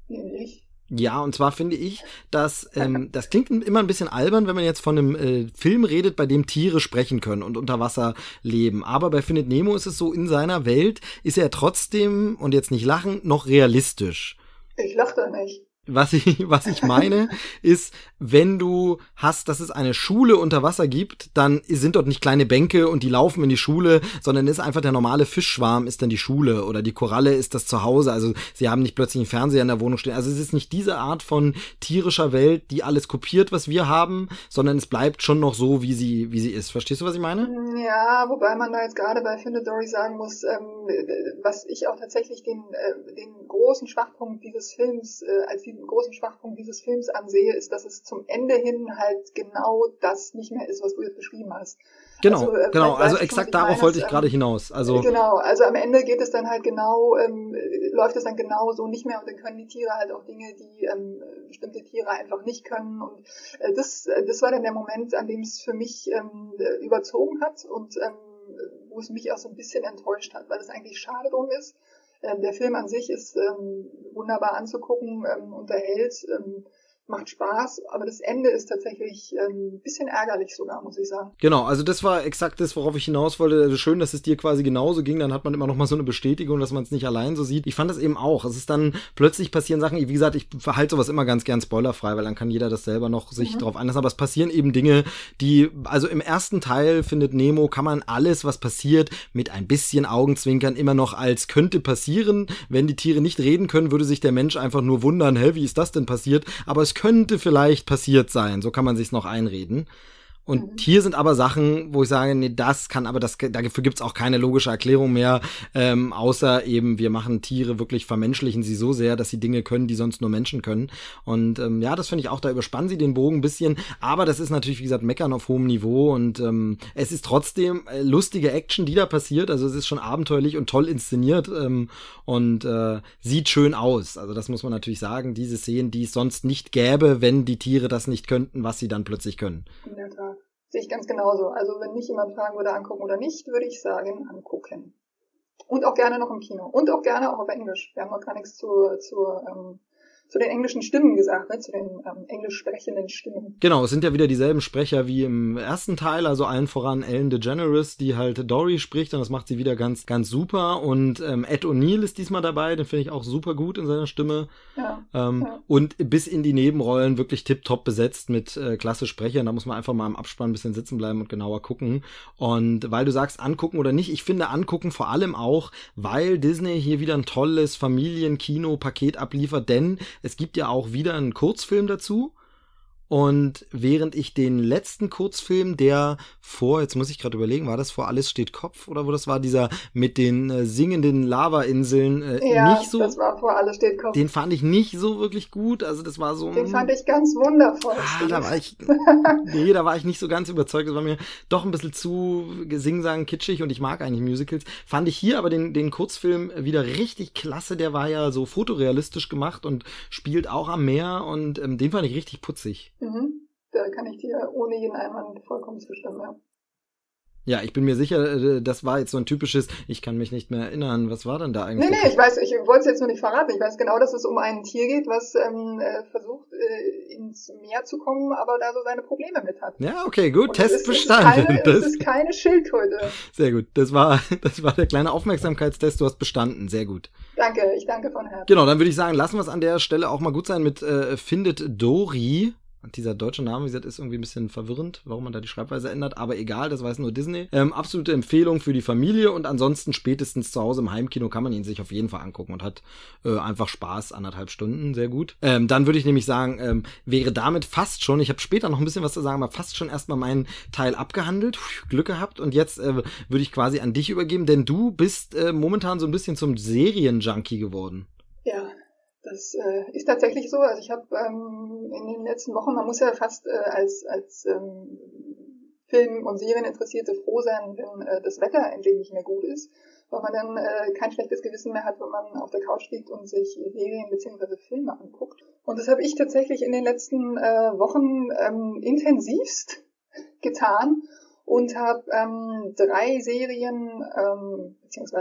Nämlich? Ja, und zwar finde ich, dass ähm, das klingt immer ein bisschen albern, wenn man jetzt von einem äh, Film redet, bei dem Tiere sprechen können und unter Wasser leben. Aber bei Findet Nemo ist es so, in seiner Welt ist er trotzdem, und jetzt nicht lachen, noch realistisch. Ich lach da nicht. Was ich, was ich meine, ist, wenn du hast, dass es eine Schule unter Wasser gibt, dann sind dort nicht kleine Bänke und die laufen in die Schule, sondern ist einfach der normale Fischschwarm ist dann die Schule oder die Koralle ist das Zuhause. Also sie haben nicht plötzlich einen Fernseher in der Wohnung stehen. Also es ist nicht diese Art von tierischer Welt, die alles kopiert, was wir haben, sondern es bleibt schon noch so, wie sie, wie sie ist. Verstehst du, was ich meine? Ja, wobei man da jetzt gerade bei Findet Dory sagen muss, ähm, was ich auch tatsächlich den, äh, den großen Schwachpunkt dieses Films äh, als die großen Schwachpunkt dieses Films ansehe, ist, dass es zum Ende hin halt genau das nicht mehr ist, was du jetzt beschrieben hast. Genau, also, äh, genau, also schon, exakt darauf meine, wollte ich ähm, gerade hinaus. Also genau, also am Ende geht es dann halt genau, ähm, läuft es dann genau so nicht mehr und dann können die Tiere halt auch Dinge, die ähm, bestimmte Tiere einfach nicht können und äh, das, das war dann der Moment, an dem es für mich ähm, überzogen hat und ähm, wo es mich auch so ein bisschen enttäuscht hat, weil es eigentlich schade drum ist. Ähm, der Film an sich ist ähm, wunderbar anzugucken, ähm, unterhält, ähm, macht Spaß, aber das Ende ist tatsächlich ähm, ein bisschen ärgerlich sogar, muss ich sagen. Genau, also das war exakt das, worauf ich hinaus wollte. Also schön, dass es dir quasi genauso ging, dann hat man immer noch mal so eine Bestätigung, dass man es nicht allein so sieht. Ich fand das eben auch. Es ist dann plötzlich passieren Sachen, wie gesagt, ich verhalte sowas immer ganz gern spoilerfrei, weil dann kann jeder das selber noch sich mhm. drauf einlassen, aber es passieren eben Dinge, die, also im ersten Teil Findet Nemo kann man alles, was passiert, mit ein bisschen Augenzwinkern immer noch als könnte passieren. Wenn die Tiere nicht reden können, würde sich der Mensch einfach nur wundern, hä, wie ist das denn passiert? Aber es könnte vielleicht passiert sein, so kann man sich's noch einreden. Und mhm. hier sind aber Sachen, wo ich sage, nee, das kann, aber das, dafür gibt's auch keine logische Erklärung mehr, ähm, außer eben, wir machen Tiere wirklich, vermenschlichen sie so sehr, dass sie Dinge können, die sonst nur Menschen können. Und ähm, ja, das finde ich auch, da überspannen sie den Bogen ein bisschen, aber das ist natürlich, wie gesagt, Meckern auf hohem Niveau und ähm, es ist trotzdem äh, lustige Action, die da passiert, also es ist schon abenteuerlich und toll inszeniert ähm, und äh, sieht schön aus. Also das muss man natürlich sagen, diese Szenen, die es sonst nicht gäbe, wenn die Tiere das nicht könnten, was sie dann plötzlich können. Ja, klar. Sehe ich ganz genauso. Also wenn mich jemand fragen würde, angucken oder nicht, würde ich sagen, angucken. Und auch gerne noch im Kino. Und auch gerne auch auf Englisch. Wir haben noch gar nichts zu, zu, ähm, zu den englischen Stimmen gesagt, ne? Zu den ähm, englisch sprechenden Stimmen. Genau, es sind ja wieder dieselben Sprecher wie im ersten Teil, also allen voran Ellen DeGeneres, die halt Dory spricht und das macht sie wieder ganz, ganz super. Und ähm, Ed O'Neill ist diesmal dabei, den finde ich auch super gut in seiner Stimme. Ja, ähm, ja. Und bis in die Nebenrollen wirklich tipptopp besetzt mit äh, klasse Sprechern. Da muss man einfach mal im Abspann ein bisschen sitzen bleiben und genauer gucken. Und weil du sagst, angucken oder nicht, ich finde angucken vor allem auch, weil Disney hier wieder ein tolles Familienkino-Paket abliefert, denn es gibt ja auch wieder einen Kurzfilm dazu. Und während ich den letzten Kurzfilm, der vor, jetzt muss ich gerade überlegen, war das vor Alles steht Kopf oder wo das war, dieser mit den äh, singenden Lava-Inseln äh, ja, nicht so. das war vor Alles steht Kopf. Den fand ich nicht so wirklich gut, also das war so. Den fand ich ganz wundervoll. Ah, da war ich, nee, da war ich nicht so ganz überzeugt, das war mir doch ein bisschen zu singsang kitschig und ich mag eigentlich Musicals. Fand ich hier aber den, den Kurzfilm wieder richtig klasse, der war ja so fotorealistisch gemacht und spielt auch am Meer und ähm, den fand ich richtig putzig. Mhm. Da kann ich dir ohne jeden Einwand vollkommen zustimmen, ja. Ja, ich bin mir sicher, das war jetzt so ein typisches, ich kann mich nicht mehr erinnern, was war denn da eigentlich? Nee, nee, ich weiß, ich wollte es jetzt nur nicht verraten. Ich weiß genau, dass es um ein Tier geht, was ähm, versucht, äh, ins Meer zu kommen, aber da so seine Probleme mit hat. Ja, okay, gut, Und Test es ist, bestanden. Es ist, keine, es ist keine Schildkröte. Sehr gut, das war, das war der kleine Aufmerksamkeitstest, du hast bestanden, sehr gut. Danke, ich danke von Herzen. Genau, dann würde ich sagen, lassen wir es an der Stelle auch mal gut sein mit äh, Findet Dory. Und dieser deutsche Name, wie gesagt, ist irgendwie ein bisschen verwirrend, warum man da die Schreibweise ändert, aber egal, das weiß nur Disney. Ähm, absolute Empfehlung für die Familie und ansonsten spätestens zu Hause im Heimkino kann man ihn sich auf jeden Fall angucken und hat äh, einfach Spaß, anderthalb Stunden, sehr gut. Ähm, dann würde ich nämlich sagen, ähm, wäre damit fast schon, ich habe später noch ein bisschen was zu sagen, aber fast schon erstmal meinen Teil abgehandelt, Puh, Glück gehabt und jetzt äh, würde ich quasi an dich übergeben, denn du bist äh, momentan so ein bisschen zum Serienjunkie geworden. Ja. Das äh, ist tatsächlich so. Also ich habe ähm, in den letzten Wochen, man muss ja fast äh, als als ähm, Film- und Serieninteressierte froh sein, wenn äh, das Wetter endlich nicht mehr gut ist, weil man dann äh, kein schlechtes Gewissen mehr hat, wenn man auf der Couch liegt und sich Serien bzw. Filme anguckt. Und das habe ich tatsächlich in den letzten äh, Wochen ähm, intensivst getan und habe ähm, drei Serien ähm, beziehungsweise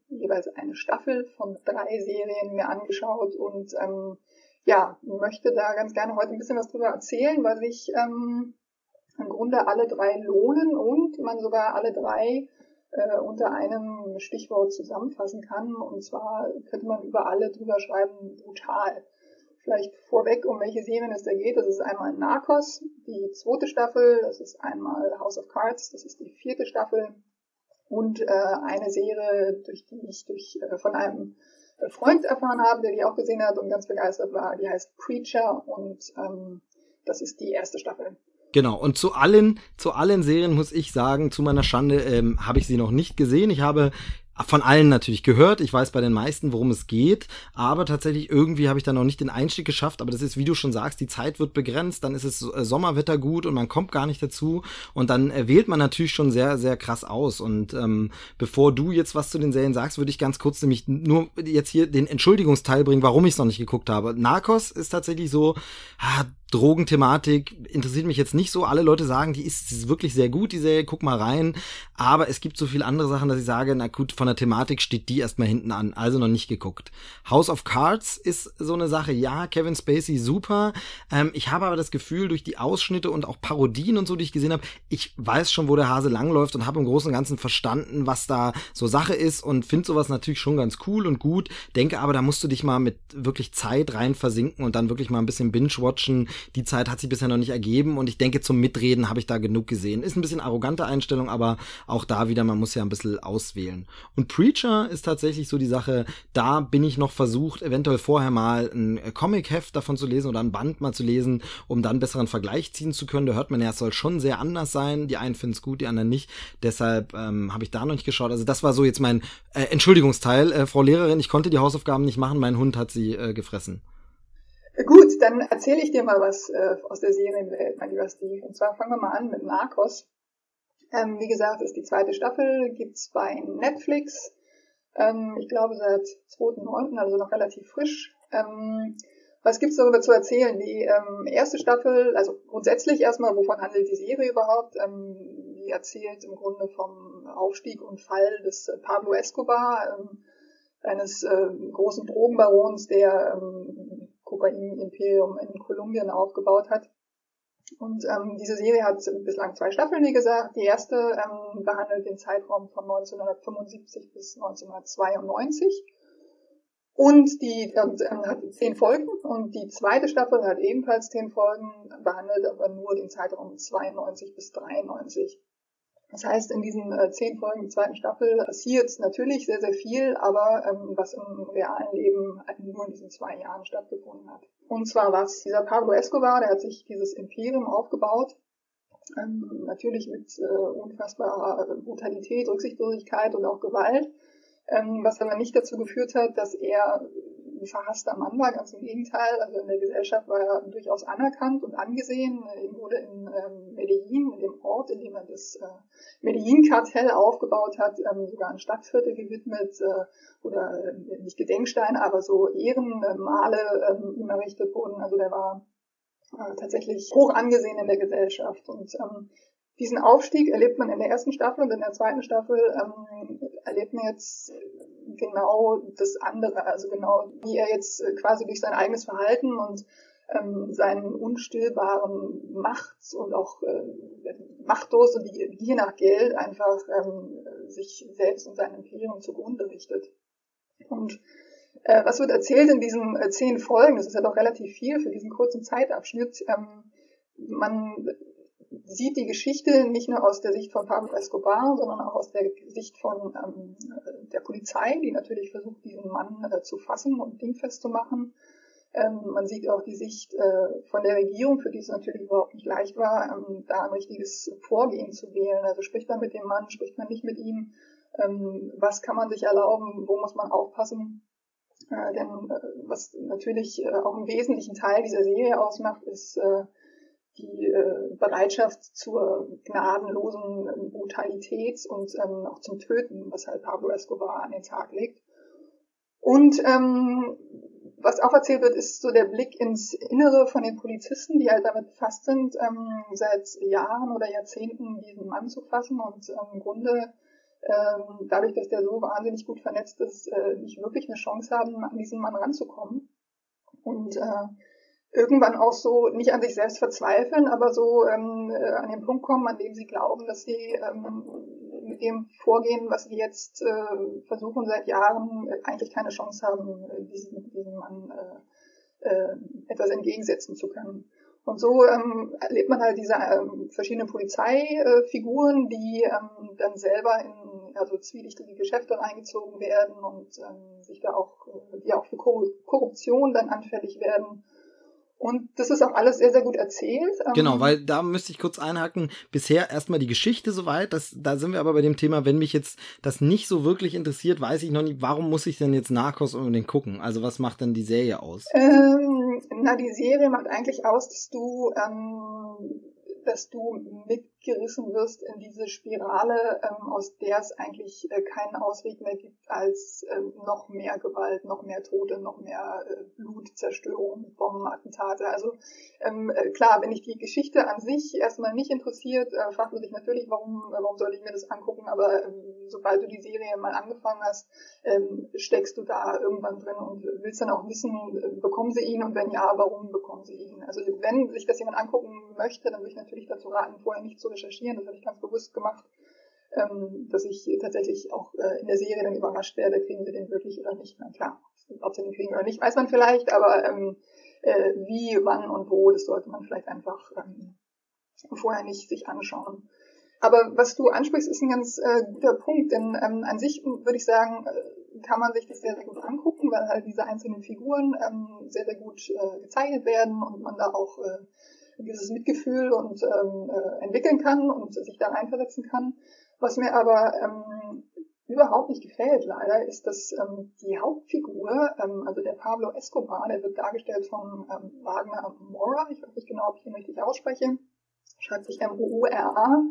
jeweils eine Staffel von drei Serien mir angeschaut und ähm, ja, möchte da ganz gerne heute ein bisschen was drüber erzählen, weil sich ähm, im Grunde alle drei lohnen und man sogar alle drei äh, unter einem Stichwort zusammenfassen kann. Und zwar könnte man über alle drüber schreiben, brutal. Vielleicht vorweg, um welche Serien es da geht. Das ist einmal Narcos, die zweite Staffel. Das ist einmal House of Cards, das ist die vierte Staffel. Und äh, eine Serie, durch die ich durch äh, von einem Freund erfahren habe, der die auch gesehen hat und ganz begeistert war. Die heißt Preacher und ähm, das ist die erste Staffel. Genau, und zu allen, zu allen Serien muss ich sagen, zu meiner Schande ähm, habe ich sie noch nicht gesehen. Ich habe von allen natürlich gehört. Ich weiß bei den meisten, worum es geht, aber tatsächlich irgendwie habe ich da noch nicht den Einstieg geschafft. Aber das ist, wie du schon sagst, die Zeit wird begrenzt, dann ist es äh, Sommerwetter gut und man kommt gar nicht dazu und dann äh, wählt man natürlich schon sehr, sehr krass aus. Und ähm, bevor du jetzt was zu den Serien sagst, würde ich ganz kurz nämlich nur jetzt hier den Entschuldigungsteil bringen, warum ich es noch nicht geguckt habe. Narcos ist tatsächlich so, ah, Drogenthematik interessiert mich jetzt nicht so. Alle Leute sagen, die ist, die ist wirklich sehr gut, die Serie, guck mal rein. Aber es gibt so viele andere Sachen, dass ich sage, na gut, von der Thematik steht die erstmal hinten an. Also noch nicht geguckt. House of Cards ist so eine Sache. Ja, Kevin Spacey, super. Ähm, ich habe aber das Gefühl, durch die Ausschnitte und auch Parodien und so, die ich gesehen habe, ich weiß schon, wo der Hase langläuft und habe im Großen und Ganzen verstanden, was da so Sache ist und finde sowas natürlich schon ganz cool und gut. Denke aber, da musst du dich mal mit wirklich Zeit rein versinken und dann wirklich mal ein bisschen binge-watchen. Die Zeit hat sich bisher noch nicht ergeben und ich denke, zum Mitreden habe ich da genug gesehen. Ist ein bisschen arrogante Einstellung, aber auch da wieder, man muss ja ein bisschen auswählen. Und Preacher ist tatsächlich so die Sache, da bin ich noch versucht, eventuell vorher mal ein Comic-Heft davon zu lesen oder ein Band mal zu lesen, um dann einen besseren Vergleich ziehen zu können. Da hört man ja, es soll schon sehr anders sein. Die einen finden es gut, die anderen nicht. Deshalb ähm, habe ich da noch nicht geschaut. Also das war so jetzt mein äh, Entschuldigungsteil. Äh, Frau Lehrerin, ich konnte die Hausaufgaben nicht machen, mein Hund hat sie äh, gefressen. Gut, dann erzähle ich dir mal was äh, aus der Serienwelt, mein lieber Steve. Und zwar fangen wir mal an mit Narcos. Ähm, wie gesagt, ist die zweite Staffel, gibt's bei Netflix. Ähm, ich glaube seit zweiten neunten, also noch relativ frisch. Ähm, was gibt's darüber zu erzählen? Die ähm, erste Staffel, also grundsätzlich erstmal, wovon handelt die Serie überhaupt? Ähm, die erzählt im Grunde vom Aufstieg und Fall des Pablo Escobar, ähm, eines äh, großen Drogenbarons, der ähm, Kokain-Imperium in Kolumbien aufgebaut hat. Und ähm, diese Serie hat bislang zwei Staffeln, wie gesagt. Die erste ähm, behandelt den Zeitraum von neunzehnhundertfünfundsiebzig bis neunzehnhundertzweiundneunzig. Und die und, ähm, hat zehn Folgen. Und die zweite Staffel hat ebenfalls zehn Folgen, behandelt aber nur den Zeitraum zweiundneunzig bis dreiundneunzig. Das heißt, in diesen äh, zehn Folgen der zweiten Staffel passiert natürlich sehr, sehr viel, aber ähm, was im realen Leben halt nur in diesen zwei Jahren stattgefunden hat. Und zwar was? Dieser Pablo Escobar, der hat sich dieses Imperium aufgebaut, ähm, natürlich mit äh, unfassbarer Brutalität, Rücksichtslosigkeit und auch Gewalt, ähm, was aber nicht dazu geführt hat, dass er ein verhasster Mann war, ganz im Gegenteil. Also in der Gesellschaft war er durchaus anerkannt und angesehen. Er wurde in ähm, Medellin, in dem Ort, in dem er das äh, Medellin-Kartell aufgebaut hat, ähm, sogar ein Stadtviertel gewidmet, äh, oder äh, nicht Gedenksteine, aber so Ehrenmale ähm, ihm errichtet wurden. Also der war äh, tatsächlich hoch angesehen in der Gesellschaft. Und ähm, diesen Aufstieg erlebt man in der ersten Staffel und in der zweiten Staffel ähm, erlebt man jetzt genau das andere, also genau wie er jetzt quasi durch sein eigenes Verhalten und ähm, seinen unstillbaren Macht und auch äh, Machtdurst und die Gier nach Geld einfach ähm, sich selbst und sein Imperium zugrunde richtet. Und äh, was wird erzählt in diesen äh, zehn Folgen? Das ist ja doch relativ viel für diesen kurzen Zeitabschnitt. Ähm, man sieht die Geschichte nicht nur aus der Sicht von Pablo Escobar, sondern auch aus der Sicht von ähm, der Polizei, die natürlich versucht, diesen Mann äh, zu fassen und dingfest zu machen. Ähm, man sieht auch die Sicht äh, von der Regierung, für die es natürlich überhaupt nicht leicht war, ähm, da ein richtiges Vorgehen zu wählen. Also spricht man mit dem Mann, spricht man nicht mit ihm, ähm, was kann man sich erlauben, wo muss man aufpassen. Äh, denn äh, was natürlich äh, auch einen wesentlichen Teil dieser Serie ausmacht, ist äh, die äh, Bereitschaft zur gnadenlosen Brutalität und ähm, auch zum Töten, was halt Pablo Escobar an den Tag legt. Und ähm, was auch erzählt wird, ist so der Blick ins Innere von den Polizisten, die halt damit befasst sind, ähm, seit Jahren oder Jahrzehnten diesen Mann zu fassen und ähm, im Grunde ähm, dadurch, dass der so wahnsinnig gut vernetzt ist, äh, nicht wirklich eine Chance haben, an diesen Mann ranzukommen. Und äh, irgendwann auch so nicht an sich selbst verzweifeln, aber so ähm, äh, an den Punkt kommen, an dem sie glauben, dass sie ähm, mit dem Vorgehen, was sie jetzt äh, versuchen seit Jahren, äh, eigentlich keine Chance haben, äh, diesem, diesem Mann äh, äh, etwas entgegensetzen zu können. Und so ähm, erlebt man halt diese ähm, verschiedenen Polizeifiguren, äh, die ähm, dann selber in also zwielichtige Geschäfte reingezogen werden und ähm, sich da auch, äh, die auch für Korruption dann anfällig werden. Und das ist auch alles sehr, sehr gut erzählt. Genau, weil da müsste ich kurz einhaken. Bisher erstmal die Geschichte soweit. Das, da sind wir aber bei dem Thema, wenn mich jetzt das nicht so wirklich interessiert, weiß ich noch nicht, warum muss ich denn jetzt Narcos unbedingt gucken? Also was macht denn die Serie aus? Ähm, na, die Serie macht eigentlich aus, dass du, ähm, dass du mitgerissen wirst in diese Spirale, ähm, aus der es eigentlich äh, keinen Ausweg mehr gibt als ähm, noch mehr Gewalt, noch mehr Tote, noch mehr äh, Blut, Zerstörung, Bombenattentate. Also ähm, äh, klar, wenn dich die Geschichte an sich erstmal nicht interessiert, äh, fragt man sich natürlich, warum, warum soll ich mir das angucken, aber ähm, sobald du die Serie mal angefangen hast, ähm, steckst du da irgendwann drin und willst dann auch wissen, äh, bekommen sie ihn und wenn ja, warum bekommen sie ihn? Also wenn sich das jemand angucken möchte, dann würde ich natürlich dazu raten, vorher nicht zu recherchieren. Das habe ich ganz bewusst gemacht, ähm, dass ich tatsächlich auch äh, in der Serie dann überrascht werde, kriegen sie den wirklich oder nicht. Na klar, ob sie den kriegen oder nicht, weiß man vielleicht, aber ähm, äh, wie, wann und wo, das sollte man vielleicht einfach ähm, vorher nicht sich anschauen. Aber was du ansprichst, ist ein ganz äh, guter Punkt, denn ähm, an sich würde ich sagen, äh, kann man sich das sehr, sehr gut angucken, weil halt diese einzelnen Figuren ähm, sehr, sehr gut äh, gezeichnet werden und man da auch äh, dieses Mitgefühl und ähm, äh, entwickeln kann und sich da reinversetzen kann. Was mir aber ähm, überhaupt nicht gefällt, leider, ist, dass ähm, die Hauptfigur, ähm, also der Pablo Escobar, der wird dargestellt von ähm, Wagner Moura, ich weiß nicht genau, ob ich ihn richtig ausspreche, schreibt sich M O U R A,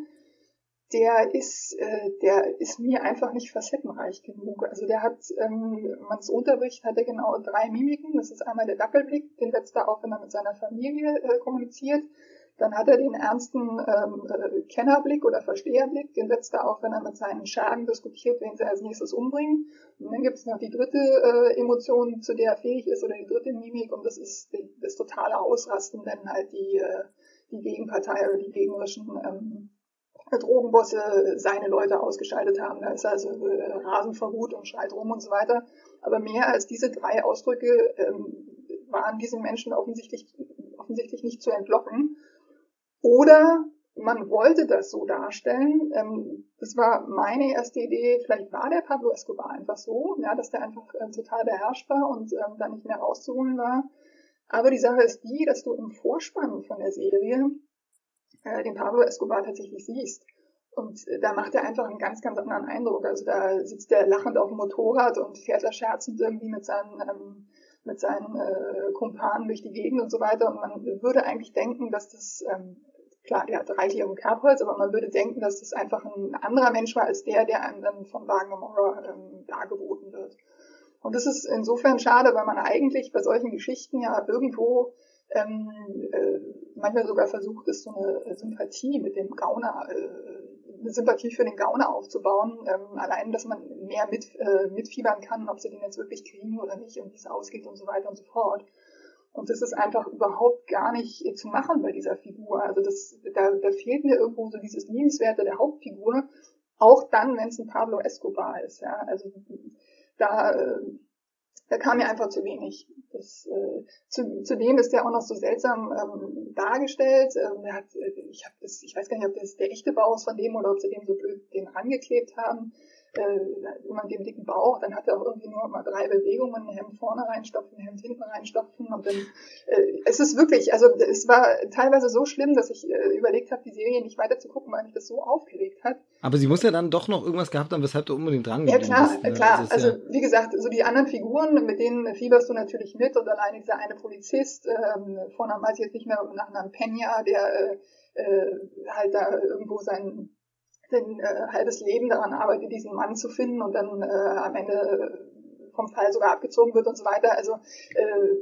der ist, äh, der ist mir einfach nicht facettenreich genug. Also der hat, ähm, wenn man es unterbricht, hat er genau drei Mimiken. Das ist einmal der Dackelblick, den setzt er auf, wenn er mit seiner Familie äh, kommuniziert. Dann hat er den ernsten ähm, äh, Kennerblick oder Versteherblick, den setzt er auf, wenn er mit seinen Schergen diskutiert, wen sie als nächstes umbringen. Und dann gibt es noch die dritte äh, Emotion, zu der er fähig ist, oder die dritte Mimik, und das ist die, das totale Ausrasten, wenn halt die, äh, die Gegenpartei oder die gegnerischen ähm, Drogenbosse seine Leute ausgeschaltet haben. Da ist er also äh, rasend vor Wut und schreit rum und so weiter. Aber mehr als diese drei Ausdrücke ähm, waren diesen Menschen offensichtlich, offensichtlich nicht zu entlocken. Oder man wollte das so darstellen. Ähm, das war meine erste Idee. Vielleicht war der Pablo Escobar einfach so, ja, dass der einfach äh, total beherrscht war und ähm, da nicht mehr rauszuholen war. Aber die Sache ist die, dass du im Vorspann von der Serie den Pablo Escobar tatsächlich siehst. Und da macht er einfach einen ganz, ganz anderen Eindruck. Also da sitzt er lachend auf dem Motorrad und fährt da scherzend irgendwie mit seinen, ähm, mit seinen äh, Kumpanen durch die Gegend und so weiter. Und man würde eigentlich denken, dass das, ähm, klar, der hat reichlich auf dem Kerbholz, aber man würde denken, dass das einfach ein anderer Mensch war als der, der einem dann von Wagner Moura ähm, dargeboten wird. Und das ist insofern schade, weil man eigentlich bei solchen Geschichten ja irgendwo ähm, äh, manchmal sogar versucht ist, so eine Sympathie mit dem Gauner, äh, eine Sympathie für den Gauner aufzubauen, ähm, allein, dass man mehr mit, äh, mitfiebern kann, ob sie den jetzt wirklich kriegen oder nicht und wie es ausgeht und so weiter und so fort. Und das ist einfach überhaupt gar nicht äh, zu machen bei dieser Figur. Also das, da, da fehlt mir irgendwo so dieses Liebenswerte der Hauptfigur, auch dann, wenn es ein Pablo Escobar ist. Ja, also da äh, Da kam mir einfach zu wenig. Das, äh, zu, zudem ist der auch noch so seltsam ähm, dargestellt. Ähm, der hat, äh, ich, hab das, ich weiß gar nicht, ob das der echte Bauch ist von dem oder ob sie dem so blöd den rangeklebt haben. Äh, immer mit dem dicken Bauch, dann hat er auch irgendwie nur mal drei Bewegungen, ein Hemd vorne reinstopfen, ein Hemd hinten reinstopfen und dann, äh, es ist wirklich, also es war teilweise so schlimm, dass ich äh, überlegt habe, die Serie nicht weiter zu gucken, weil mich das so aufgeregt hat. Aber sie muss ja dann doch noch irgendwas gehabt haben, weshalb du unbedingt dran geblieben bist. Ja, klar, Ne? klar. Also, also ja wie gesagt, so die anderen Figuren, mit denen fieberst du natürlich mit und allein dieser eine Polizist, ähm, vorne weiß ich jetzt nicht mehr, nach einem Peña, der äh, äh, halt da irgendwo sein sein äh, halbes Leben daran arbeitet, diesen Mann zu finden und dann äh, am Ende äh, vom Fall sogar abgezogen wird und so weiter. Also äh,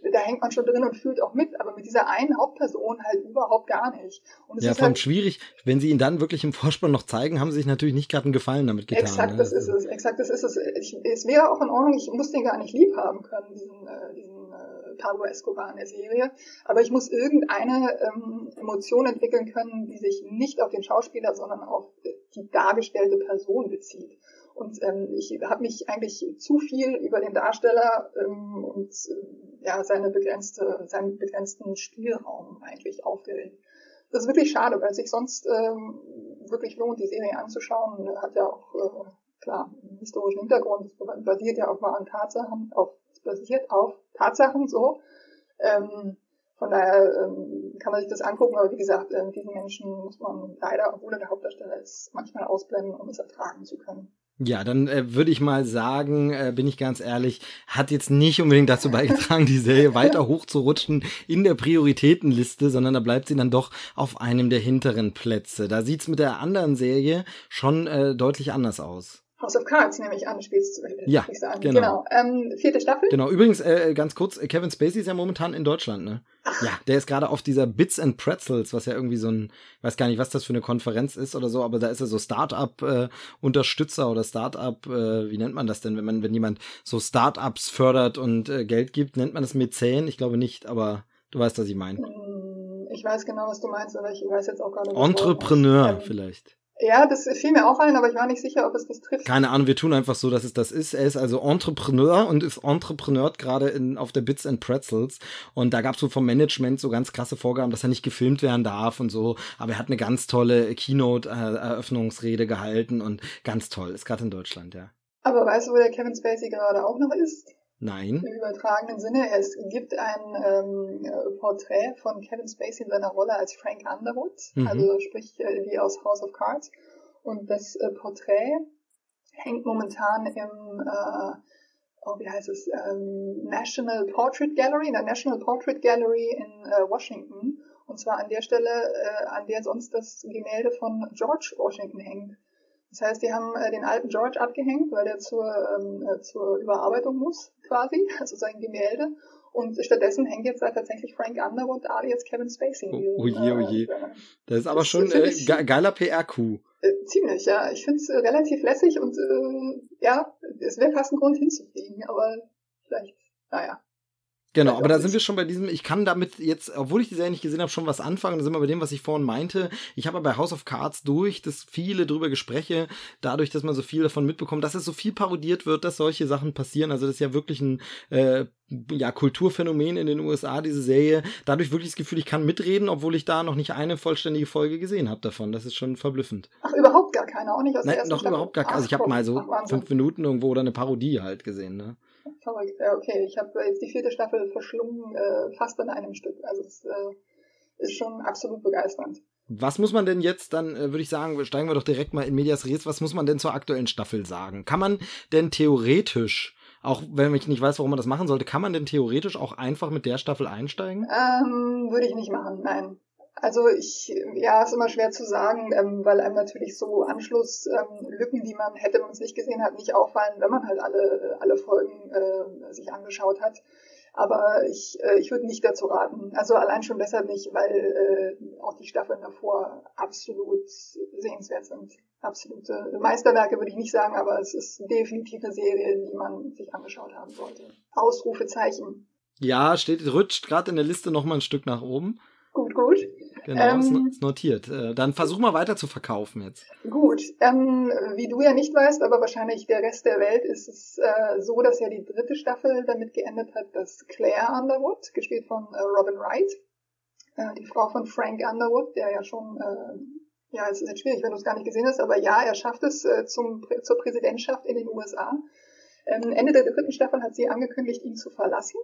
da hängt man schon drin und fühlt auch mit, aber mit dieser einen Hauptperson halt überhaupt gar nicht. Und es ja, ist vor allem halt schwierig, wenn sie ihn dann wirklich im Vorspann noch zeigen, haben sie sich natürlich nicht gerade einen Gefallen damit getan. Exakt, ne? das ist es, exakt, das ist es. Ich, es wäre auch in Ordnung, ich muss den gar nicht lieb haben können, diesen, äh, diesen äh, Pablo Escobar in der Serie, aber ich muss irgendeine ähm, Emotion entwickeln können, die sich nicht auf den Schauspieler, sondern auf die dargestellte Person bezieht. Und ähm, ich habe mich eigentlich zu viel über den Darsteller ähm, und äh, ja seine begrenzte, seinen begrenzten Spielraum eigentlich aufgeregt. Das ist wirklich schade, weil es sich sonst ähm, wirklich lohnt, die Serie anzuschauen. Hat ja auch äh, klar einen historischen Hintergrund. Es basiert ja auf wahren Tatsachen, auf es basiert auf Tatsachen so. Ähm, von daher ähm, kann man sich das angucken, aber wie gesagt, äh, diesen Menschen muss man leider, obwohl er der Hauptdarsteller ist, manchmal ausblenden, um es ertragen zu können. Ja, dann äh, würde ich mal sagen, äh, bin ich ganz ehrlich, hat jetzt nicht unbedingt dazu beigetragen, die Serie weiter hochzurutschen in der Prioritätenliste, sondern da bleibt sie dann doch auf einem der hinteren Plätze. Da sieht's mit der anderen Serie schon äh, deutlich anders aus. House of Cards nehme ich an, spielst du. Ja, ich sagen. genau. genau. Ähm, vierte Staffel? Genau, übrigens, äh, ganz kurz, Kevin Spacey ist ja momentan in Deutschland, ne? Ach. Ja, der ist gerade auf dieser Bits and Pretzels, was ja irgendwie so ein, weiß gar nicht, was das für eine Konferenz ist oder so, aber da ist er so Start-up-Unterstützer äh, oder Start-up, äh, wie nennt man das denn, wenn man, wenn jemand so Start-ups fördert und äh, Geld gibt, nennt man das Mäzen? Ich glaube nicht, aber du weißt, was ich meine. Ich weiß genau, was du meinst, aber ich weiß jetzt auch gar nicht. Entrepreneur ähm, vielleicht. Ja, das fiel mir auch ein, aber ich war nicht sicher, ob es das trifft. Keine Ahnung, wir tun einfach so, dass es das ist. Er ist also Entrepreneur und ist Entrepreneur gerade in auf der Bits and Pretzels. Und da gab es so vom Management so ganz krasse Vorgaben, dass er nicht gefilmt werden darf und so. Aber er hat eine ganz tolle Keynote-Eröffnungsrede gehalten und ganz toll. Ist gerade in Deutschland, ja. Aber weißt du, wo der Kevin Spacey gerade auch noch ist? Nein. Im übertragenen Sinne. Es gibt ein ähm, Porträt von Kevin Spacey in seiner Rolle als Frank Underwood, mhm. also sprich äh, die aus House of Cards. Und das äh, Porträt hängt momentan im, äh, oh, wie heißt es, ähm, National Portrait Gallery, in der National Portrait Gallery in äh, Washington. Und zwar an der Stelle, äh, an der sonst das Gemälde von George Washington hängt. Das heißt, die haben äh, den alten George abgehängt, weil der zur, ähm, äh, zur Überarbeitung muss, quasi, also sein Gemälde. Und stattdessen hängt jetzt da tatsächlich Frank Underwood alias Kevin Spacey. Oh, oh je, oh je. Äh, das ist aber das schon äh, ge- geiler P R-Coup. Äh, ziemlich, ja. Ich finde es äh, relativ lässig und äh, ja, es wäre fast ein Grund hinzufliegen, aber vielleicht, naja. Genau, aber da sind wir schon bei diesem, ich kann damit jetzt, obwohl ich die Serie nicht gesehen habe, schon was anfangen. Da sind wir bei dem, was ich vorhin meinte. Ich habe bei House of Cards durch das viele drüber Gespräche, dadurch, dass man so viel davon mitbekommt, dass es so viel parodiert wird, dass solche Sachen passieren. Also das ist ja wirklich ein äh, ja, Kulturphänomen in den U S A, diese Serie. Dadurch wirklich das Gefühl, ich kann mitreden, obwohl ich da noch nicht eine vollständige Folge gesehen habe davon. Das ist schon verblüffend. Ach, überhaupt gar keine, auch nicht aus der Nein, ersten noch Staffel? überhaupt gar keine. Also ich habe mal so ach, fünf Minuten irgendwo oder eine Parodie halt gesehen, ne? Verrückt. Ja, okay, ich habe jetzt die vierte Staffel verschlungen, äh, fast in einem Stück. Also es äh, ist schon absolut begeisternd. Was muss man denn jetzt dann, äh, würde ich sagen, steigen wir doch direkt mal in Medias Res, was muss man denn zur aktuellen Staffel sagen? Kann man denn theoretisch, auch wenn ich nicht weiß, warum man das machen sollte, kann man denn theoretisch auch einfach mit der Staffel einsteigen? Ähm, würde ich nicht machen, nein. Also ich, ja, ist immer schwer zu sagen, ähm, weil einem natürlich so Anschlusslücken, ähm, die man hätte, wenn man es nicht gesehen hat, nicht auffallen, wenn man halt alle alle Folgen äh, sich angeschaut hat. Aber ich äh, ich würde nicht dazu raten. Also allein schon deshalb nicht, weil äh, auch die Staffeln davor absolut sehenswert sind. Absolute Meisterwerke würde ich nicht sagen, aber es ist definitiv eine Serie, die man sich angeschaut haben sollte. Ausrufezeichen. Ja, steht, rutscht gerade in der Liste noch mal ein Stück nach oben. Gut, gut. Genau, ähm, ist notiert. Dann versuch mal weiter zu verkaufen jetzt. Gut. Ähm, wie du ja nicht weißt, aber wahrscheinlich der Rest der Welt, ist es äh, so, dass ja die dritte Staffel damit geendet hat, dass Claire Underwood, gespielt von äh, Robin Wright, äh, die Frau von Frank Underwood, der ja schon, äh, ja, es ist jetzt schwierig, wenn du es gar nicht gesehen hast, aber ja, er schafft es äh, zum, zur Präsidentschaft in den U S A. Ähm, Ende der dritten Staffel hat sie angekündigt, ihn zu verlassen.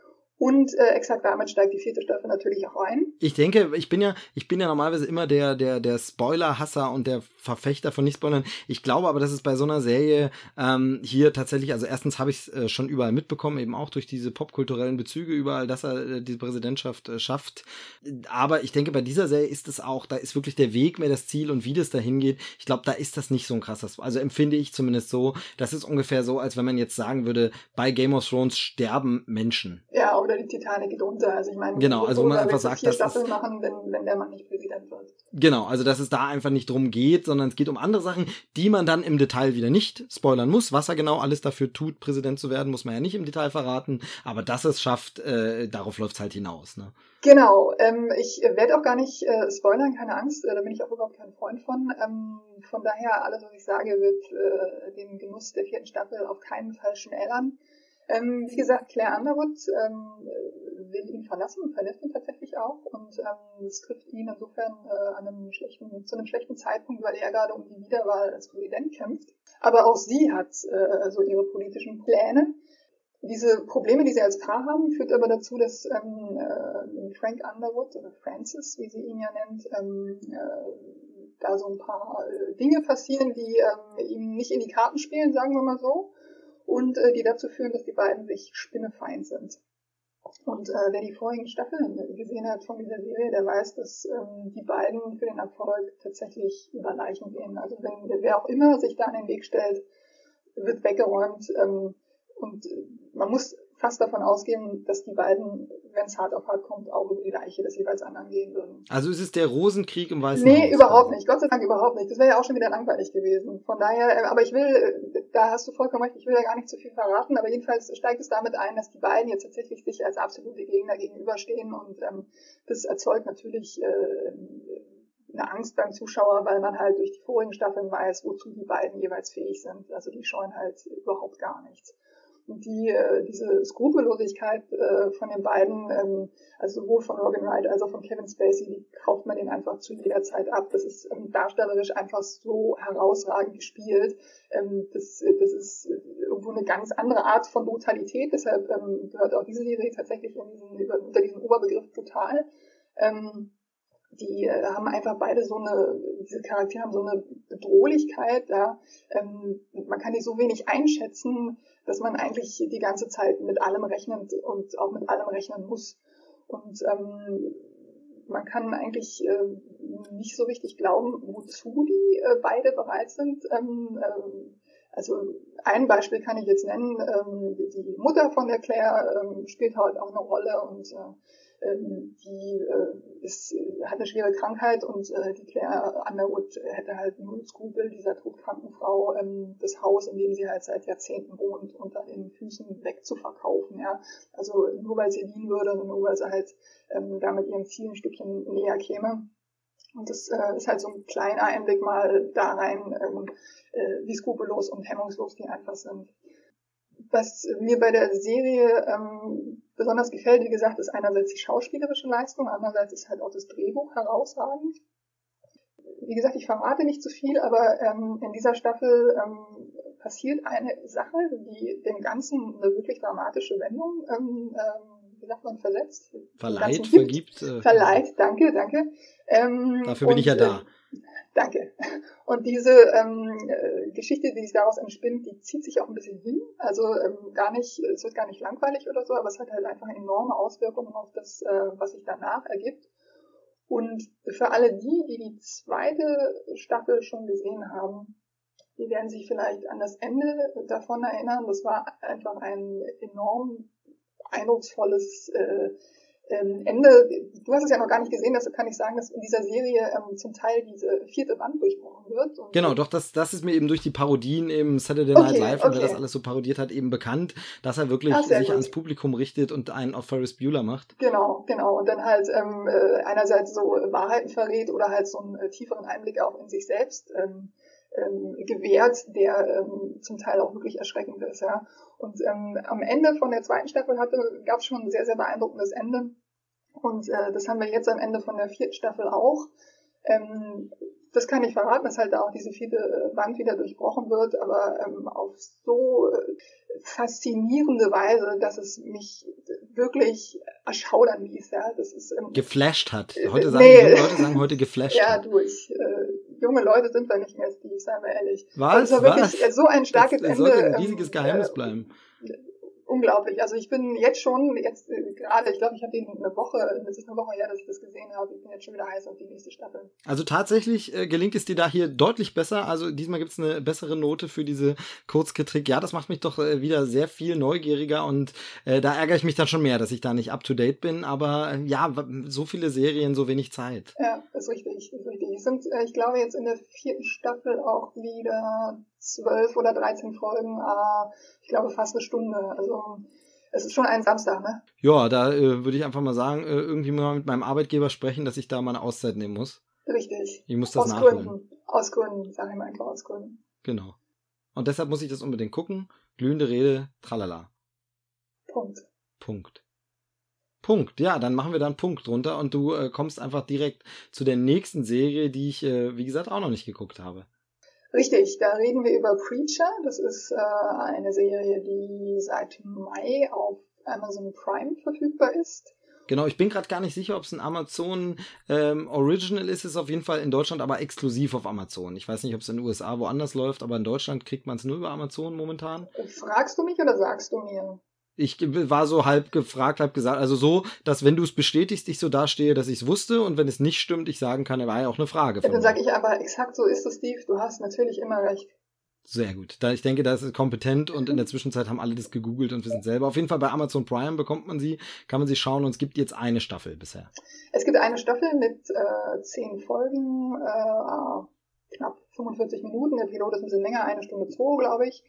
Und äh, exakt damit steigt die vierte Staffel natürlich auch ein. Ich denke, ich bin ja, ich bin ja normalerweise immer der, der, der Spoiler-Hasser und der Verfechter von Nicht-Spoilern. Ich glaube aber, dass es bei so einer Serie ähm, hier tatsächlich, also erstens habe ich es äh, schon überall mitbekommen, eben auch durch diese popkulturellen Bezüge überall, dass er äh, diese Präsidentschaft äh, schafft. Aber ich denke, bei dieser Serie ist es auch, da ist wirklich der Weg mehr das Ziel und wie das dahin geht. Ich glaube, da ist das nicht so ein krasses, also empfinde ich zumindest so. Das ist ungefähr so, als wenn man jetzt sagen würde, bei Game of Thrones sterben Menschen. Ja, oder die Titanic geht unter. Also ich meine, genau, also wo man einfach sagt, vier dass Staffeln machen, wenn, wenn der Mann nicht Präsident wird. Genau, also dass es da einfach nicht drum geht, sondern es geht um andere Sachen, die man dann im Detail wieder nicht spoilern muss. Was er genau alles dafür tut, Präsident zu werden, muss man ja nicht im Detail verraten. Aber dass es schafft, äh, darauf läuft es halt hinaus. Ne? Genau, ähm, ich werde auch gar nicht äh, spoilern, keine Angst, äh, da bin ich auch überhaupt kein Freund von. Ähm, von daher, alles, was ich sage, wird äh, den Genuss der vierten Staffel auf keinen Fall schmälern. Ähm, wie gesagt, Claire Underwood ähm, will ihn verlassen und verlässt ihn tatsächlich auch. Und ähm, es trifft ihn insofern äh, an einem schlechten, zu einem schlechten Zeitpunkt, weil er gerade um die Wiederwahl als Präsident kämpft. Aber auch sie hat äh, so ihre politischen Pläne. Diese Probleme, die sie als Paar haben, führt aber dazu, dass ähm, äh, Frank Underwood oder Francis, wie sie ihn ja nennt, ähm, äh, da so ein paar äh, Dinge passieren, die ähm, ihm nicht in die Karten spielen, sagen wir mal so, und äh, die dazu führen, dass die beiden sich spinnefeind sind. Und äh, wer die vorigen Staffeln gesehen hat von dieser Serie, der weiß, dass ähm, die beiden für den Erfolg tatsächlich über Leichen gehen. Also wenn wer auch immer sich da an den Weg stellt, wird weggeräumt. Ähm, Und man muss fast davon ausgehen, dass die beiden, wenn es hart auf hart kommt, auch über die Leiche des jeweils anderen gehen würden. Also ist es der Rosenkrieg im Weißen nee, Haus? Nee, überhaupt nicht. Gott sei Dank überhaupt nicht. Das wäre ja auch schon wieder langweilig gewesen. Von daher, aber ich will, da hast du vollkommen recht, ich will ja gar nicht zu viel verraten, aber jedenfalls steigt es damit ein, dass die beiden jetzt tatsächlich sich als absolute Gegner gegenüberstehen und ähm, das erzeugt natürlich äh, eine Angst beim Zuschauer, weil man halt durch die vorigen Staffeln weiß, wozu die beiden jeweils fähig sind. Also die scheuen halt überhaupt gar nichts. Und die, äh, diese Skrupellosigkeit äh, von den beiden, ähm, also sowohl von Robin Wright als auch von Kevin Spacey, die kauft man denen einfach zu jeder Zeit ab. Das ist ähm, darstellerisch einfach so herausragend gespielt. Ähm, das, das ist irgendwo eine ganz andere Art von Brutalität. Deshalb ähm, gehört auch diese Serie tatsächlich in diesen, über, unter diesen Oberbegriff brutal. Ähm, die äh, haben einfach beide so eine, diese Charaktere haben so eine Bedrohlichkeit, ja. Ähm, man kann die so wenig einschätzen, dass man eigentlich die ganze Zeit mit allem rechnet und auch mit allem rechnen muss. Und ähm, man kann eigentlich äh, nicht so richtig glauben, wozu die äh, beide bereit sind. Ähm, äh, also ein Beispiel kann ich jetzt nennen, ähm, die Mutter von der Claire ähm, spielt halt auch eine Rolle und äh, die äh, ist, hat eine schwere Krankheit und äh, die Claire Underwood hätte halt null Skrupel, dieser todkranken Frau ähm, das Haus, in dem sie halt seit Jahrzehnten wohnt, unter den Füßen wegzuverkaufen. Ja? Also nur weil sie ihr dienen würde, nur weil sie halt ähm, da mit ihrem Ziel ein Stückchen näher käme. Und das äh, ist halt so ein kleiner Einblick mal da rein, ähm, äh, wie skrupellos und hemmungslos die einfach sind. Was mir bei der Serie ähm, besonders gefällt, wie gesagt, ist einerseits die schauspielerische Leistung, andererseits ist halt auch das Drehbuch herausragend. Wie gesagt, ich verrate nicht zu viel, aber ähm, in dieser Staffel ähm, passiert eine Sache, die dem Ganzen eine wirklich dramatische Wendung, ähm, ähm, wie sagt man, versetzt. Verleiht, vergibt. Äh, Verleiht, danke, danke. Ähm, Dafür bin und, ich ja da. Äh, Danke. Und diese ähm, äh, Geschichte, die sich daraus entspinnt, die zieht sich auch ein bisschen hin. Also ähm, gar nicht, es wird gar nicht langweilig oder so, aber es hat halt einfach enorme Auswirkungen auf das, äh, was sich danach ergibt. Und für alle die, die die zweite Staffel schon gesehen haben, die werden sich vielleicht an das Ende davon erinnern. Das war einfach ein enorm eindrucksvolles äh, Ähm, Ende, du hast es ja noch gar nicht gesehen, deshalb kann ich sagen, dass in dieser Serie ähm, zum Teil diese vierte Wand durchbrochen wird. Und genau, doch, das, das ist mir eben durch die Parodien im Saturday Night okay, Live, okay. und wer das alles so parodiert hat, eben bekannt, dass er wirklich Ach, sich gut. ans Publikum richtet und einen auf Ferris Bueller macht. Genau, genau. Und dann halt ähm, äh, einerseits so Wahrheiten verrät oder halt so einen äh, tieferen Einblick auch in sich selbst ähm, ähm, gewährt, der ähm, zum Teil auch wirklich erschreckend ist, ja. Und ähm, am Ende von der zweiten Staffel hatte, gab es schon ein sehr, sehr beeindruckendes Ende. Und äh, das haben wir jetzt am Ende von der vierten Staffel auch. Ähm, das kann ich verraten, dass halt da auch diese vierte Wand wieder durchbrochen wird, aber ähm, auf so äh, faszinierende Weise, dass es mich wirklich erschaudern ließ. Ja. Das ist, ähm, geflasht hat. Heute sagen, nee. junge Leute sagen heute geflasht ja, hat. du, ich, äh, junge Leute sind wir nicht mehr, Steve, seien wir ehrlich. Was? Das war wirklich Was? so ein starkes das, das Ende. sollte ein riesiges ähm, Geheimnis äh, bleiben. unglaublich. Also ich bin jetzt schon, jetzt äh, gerade, ich glaube, ich habe den eine Woche, es ist eine Woche her, dass ich das gesehen habe. Ich bin jetzt schon wieder heiß auf die nächste Staffel. Also tatsächlich äh, gelingt es dir da hier deutlich besser. Also diesmal gibt es eine bessere Note für diese Kurzkritik. Ja, das macht mich doch äh, wieder sehr viel neugieriger und äh, da ärgere ich mich dann schon mehr, dass ich da nicht up to date bin. Aber äh, ja, so viele Serien, so wenig Zeit. Ja, ist richtig, ist richtig. Es sind, äh, ich glaube, jetzt in der vierten Staffel auch wieder zwölf oder dreizehn Folgen, äh, ich glaube fast eine Stunde. Also es ist schon ein Samstag, ne? Ja, da äh, würde ich einfach mal sagen, äh, irgendwie mal mit meinem Arbeitgeber sprechen, dass ich da mal eine Auszeit nehmen muss. Richtig. Ich muss das aus nachholen. Gründen. Aus Gründen, sag ich mal einfach aus Gründen. Genau. Und deshalb muss ich das unbedingt gucken. Glühende Rede, tralala. Punkt. Punkt. Punkt. Ja, dann machen wir da einen Punkt drunter und du äh, kommst einfach direkt zu der nächsten Serie, die ich, äh, wie gesagt, auch noch nicht geguckt habe. Richtig, da reden wir über Preacher. Das ist äh, eine Serie, die seit Mai auf Amazon Prime verfügbar ist. Genau, ich bin gerade gar nicht sicher, ob es ein Amazon ähm, Original ist. Es ist auf jeden Fall in Deutschland aber exklusiv auf Amazon. Ich weiß nicht, ob es in den U S A woanders läuft, aber in Deutschland kriegt man es nur über Amazon momentan. Fragst du mich oder sagst du mir? Ich war so halb gefragt, halb gesagt, also so, dass wenn du es bestätigst, ich so dastehe, dass ich es wusste und wenn es nicht stimmt, ich sagen kann, war ja auch eine Frage von ja, dann mir. sage ich aber, exakt so ist es, Steve. Du hast natürlich immer recht. Sehr gut. Da ich denke, das ist kompetent und in der Zwischenzeit haben alle das gegoogelt und wissen selber. Auf jeden Fall bei Amazon Prime bekommt man sie, kann man sie schauen und es gibt jetzt eine Staffel bisher. Es gibt eine Staffel mit äh, zehn Folgen, äh, knapp fünfundvierzig Minuten. Der Pilot ist ein bisschen länger, eine Stunde zwei, glaube ich.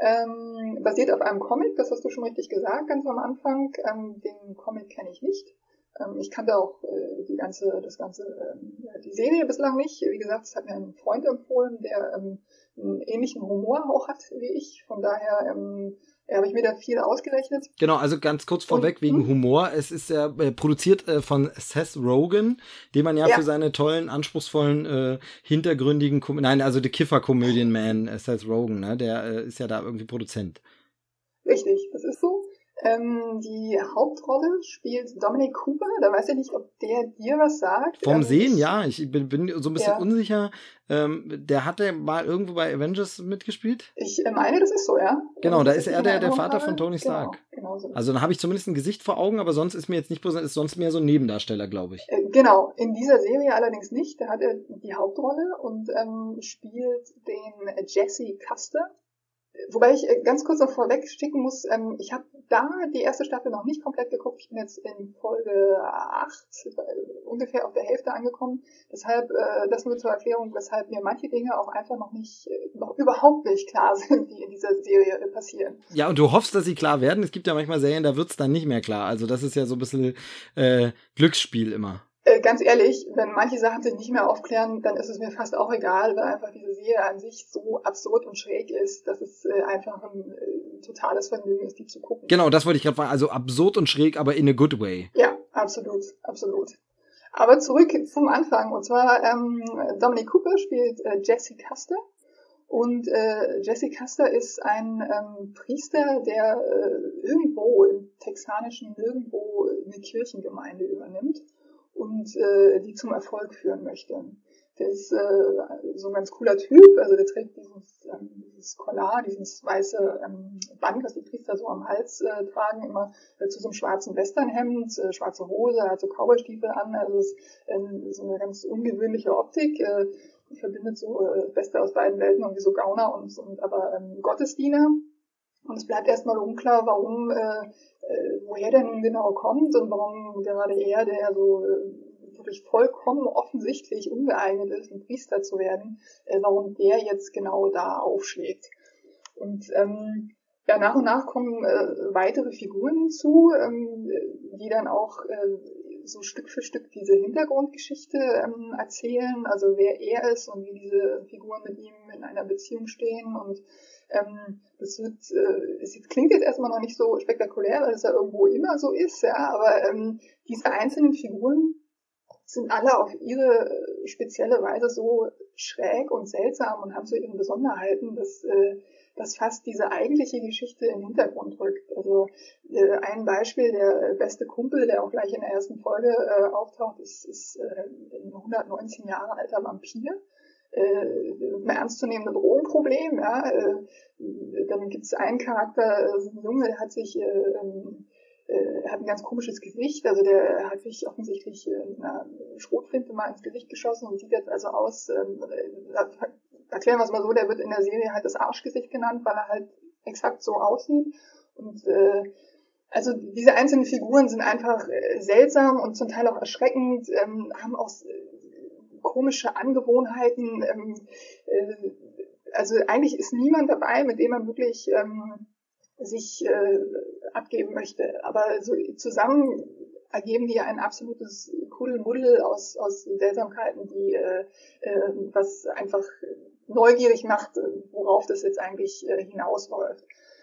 Ähm, basiert auf einem Comic, das hast du schon richtig gesagt, ganz am Anfang. Ähm, den Comic kenne ich nicht. Ähm, ich kannte auch äh, die ganze, das ganze, ähm, die Serie bislang nicht. Wie gesagt, das hat mir ein Freund empfohlen, der ähm, einen ähnlichen Humor auch hat wie ich. Von daher ähm, ja, habe ich mir da viel ausgerechnet. Genau, also ganz kurz vorweg, und, wegen hm? Humor. Es ist ja äh, produziert äh, von Seth Rogen, den man ja, ja. für seine tollen, anspruchsvollen, äh, hintergründigen, Kom- nein, also The Kiffer-Comedian-Man, äh, Seth Rogen, ne, der äh, ist ja da irgendwie Produzent. Richtig, das ist so. Ähm, die Hauptrolle spielt Dominic Cooper, da weiß ich nicht, ob der dir was sagt. Vom ähm, Sehen, ich, ja, ich bin, bin so ein bisschen ja. unsicher. Ähm, der hat der mal irgendwo bei Avengers mitgespielt? Ich meine, das ist so, ja. Genau, da das ist er der, der Vater von Tony Stark. Genau, genau so. Also dann habe ich zumindest ein Gesicht vor Augen, aber sonst ist mir jetzt nicht bloß, ist sonst mehr so ein Nebendarsteller, glaube ich. Äh, genau, in dieser Serie allerdings nicht. Da hat er die Hauptrolle und ähm, spielt den Jesse Custer. Wobei ich ganz kurz noch vorweg schicken muss, ähm, ich habe da die erste Staffel noch nicht komplett geguckt. Ich bin jetzt in Folge acht, ungefähr auf der Hälfte angekommen. Deshalb, äh, das nur zur Erklärung, weshalb mir manche Dinge auch einfach noch nicht, noch überhaupt nicht klar sind, die in dieser Serie äh, passieren. Ja, und du hoffst, dass sie klar werden. Es gibt ja manchmal Serien, da wird's dann nicht mehr klar. Also das ist ja so ein bisschen äh, Glücksspiel immer. Ganz ehrlich, wenn manche Sachen sich nicht mehr aufklären, dann ist es mir fast auch egal, weil einfach diese Serie an sich so absurd und schräg ist, dass es äh, einfach ein äh, totales Vergnügen ist, die zu gucken. Genau, das wollte ich gerade fragen. Also absurd und schräg, aber in a good way. Ja, absolut, absolut. Aber zurück zum Anfang. Und zwar ähm, Dominic Cooper spielt äh, Jesse Custer. Und äh, Jesse Custer ist ein ähm, Priester, der äh, irgendwo im texanischen Nirgendwo eine Kirchengemeinde übernimmt und äh, die zum Erfolg führen möchte. Der ist äh, so ein ganz cooler Typ, also der trägt dieses, ähm, dieses Collar, dieses weiße ähm, Band, was die Priester so am Hals äh, tragen, immer äh, zu so einem schwarzen Westernhemd, äh, schwarze Hose, hat so Cowboystiefel an, also ist äh, so eine ganz ungewöhnliche Optik, äh, verbindet so äh, das Beste aus beiden Welten, irgendwie so Gauner und, und aber ähm, Gottesdiener. Und es bleibt erstmal unklar, warum, äh, äh, woher der nun genau kommt und warum gerade er, der so äh, wirklich vollkommen offensichtlich ungeeignet ist, ein Priester zu werden, äh, warum der jetzt genau da aufschlägt. Und ähm, ja, nach und nach kommen äh, weitere Figuren hinzu, ähm, die dann auch äh, so Stück für Stück diese Hintergrundgeschichte ähm, erzählen, also wer er ist und wie diese Figuren mit ihm in einer Beziehung stehen. Und ähm, das wird, äh, es klingt jetzt erstmal noch nicht so spektakulär, weil es ja irgendwo immer so ist, ja, aber ähm, diese einzelnen Figuren sind alle auf ihre spezielle Weise so schräg und seltsam und haben so ihre Besonderheiten, dass äh, das fast diese eigentliche Geschichte in den Hintergrund rückt. Also äh, ein Beispiel, der beste Kumpel, der auch gleich in der ersten Folge äh, auftaucht, ist, ist äh, ein hundertneunzehn Jahre alter Vampir, äh, ein ernstzunehmendes Drogenproblem. Ja? Äh, dann gibt es einen Charakter, äh, so ein Junge, der hat sich, äh, äh, er hat ein ganz komisches Gesicht, also der hat sich offensichtlich äh, eine Schrotflinte mal ins Gesicht geschossen und sieht jetzt also aus, äh, erklären wir es mal so, der wird in der Serie halt das Arschgesicht genannt, weil er halt exakt so aussieht. Und äh, also diese einzelnen Figuren sind einfach äh, seltsam und zum Teil auch erschreckend, ähm, haben auch äh, komische Angewohnheiten. Ähm, äh, also eigentlich ist niemand dabei, mit dem man wirklich ähm, sich äh, abgeben möchte. Aber so zusammen ergeben die ein absolutes Kuddelmuddel aus, aus Seltsamkeiten, die äh, äh, was einfach neugierig macht, worauf das jetzt eigentlich äh, hinausläuft.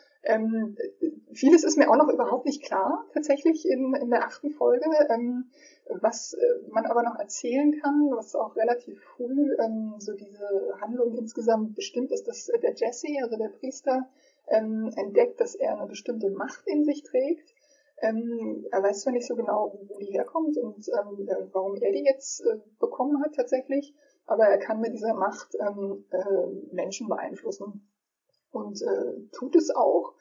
Ähm, vieles ist mir auch noch überhaupt nicht klar, tatsächlich in, in der achten Folge, ähm, was äh, man aber noch erzählen kann, was auch relativ früh ähm, so diese Handlung insgesamt bestimmt ist, dass der Jesse, also der Priester, ähm, entdeckt, dass er eine bestimmte Macht in sich trägt. Ähm, er weiß zwar nicht so genau, wo die herkommt und ähm, warum er die jetzt äh, bekommen hat tatsächlich, aber er kann mit dieser Macht ähm, äh, Menschen beeinflussen. Und äh, tut es auch,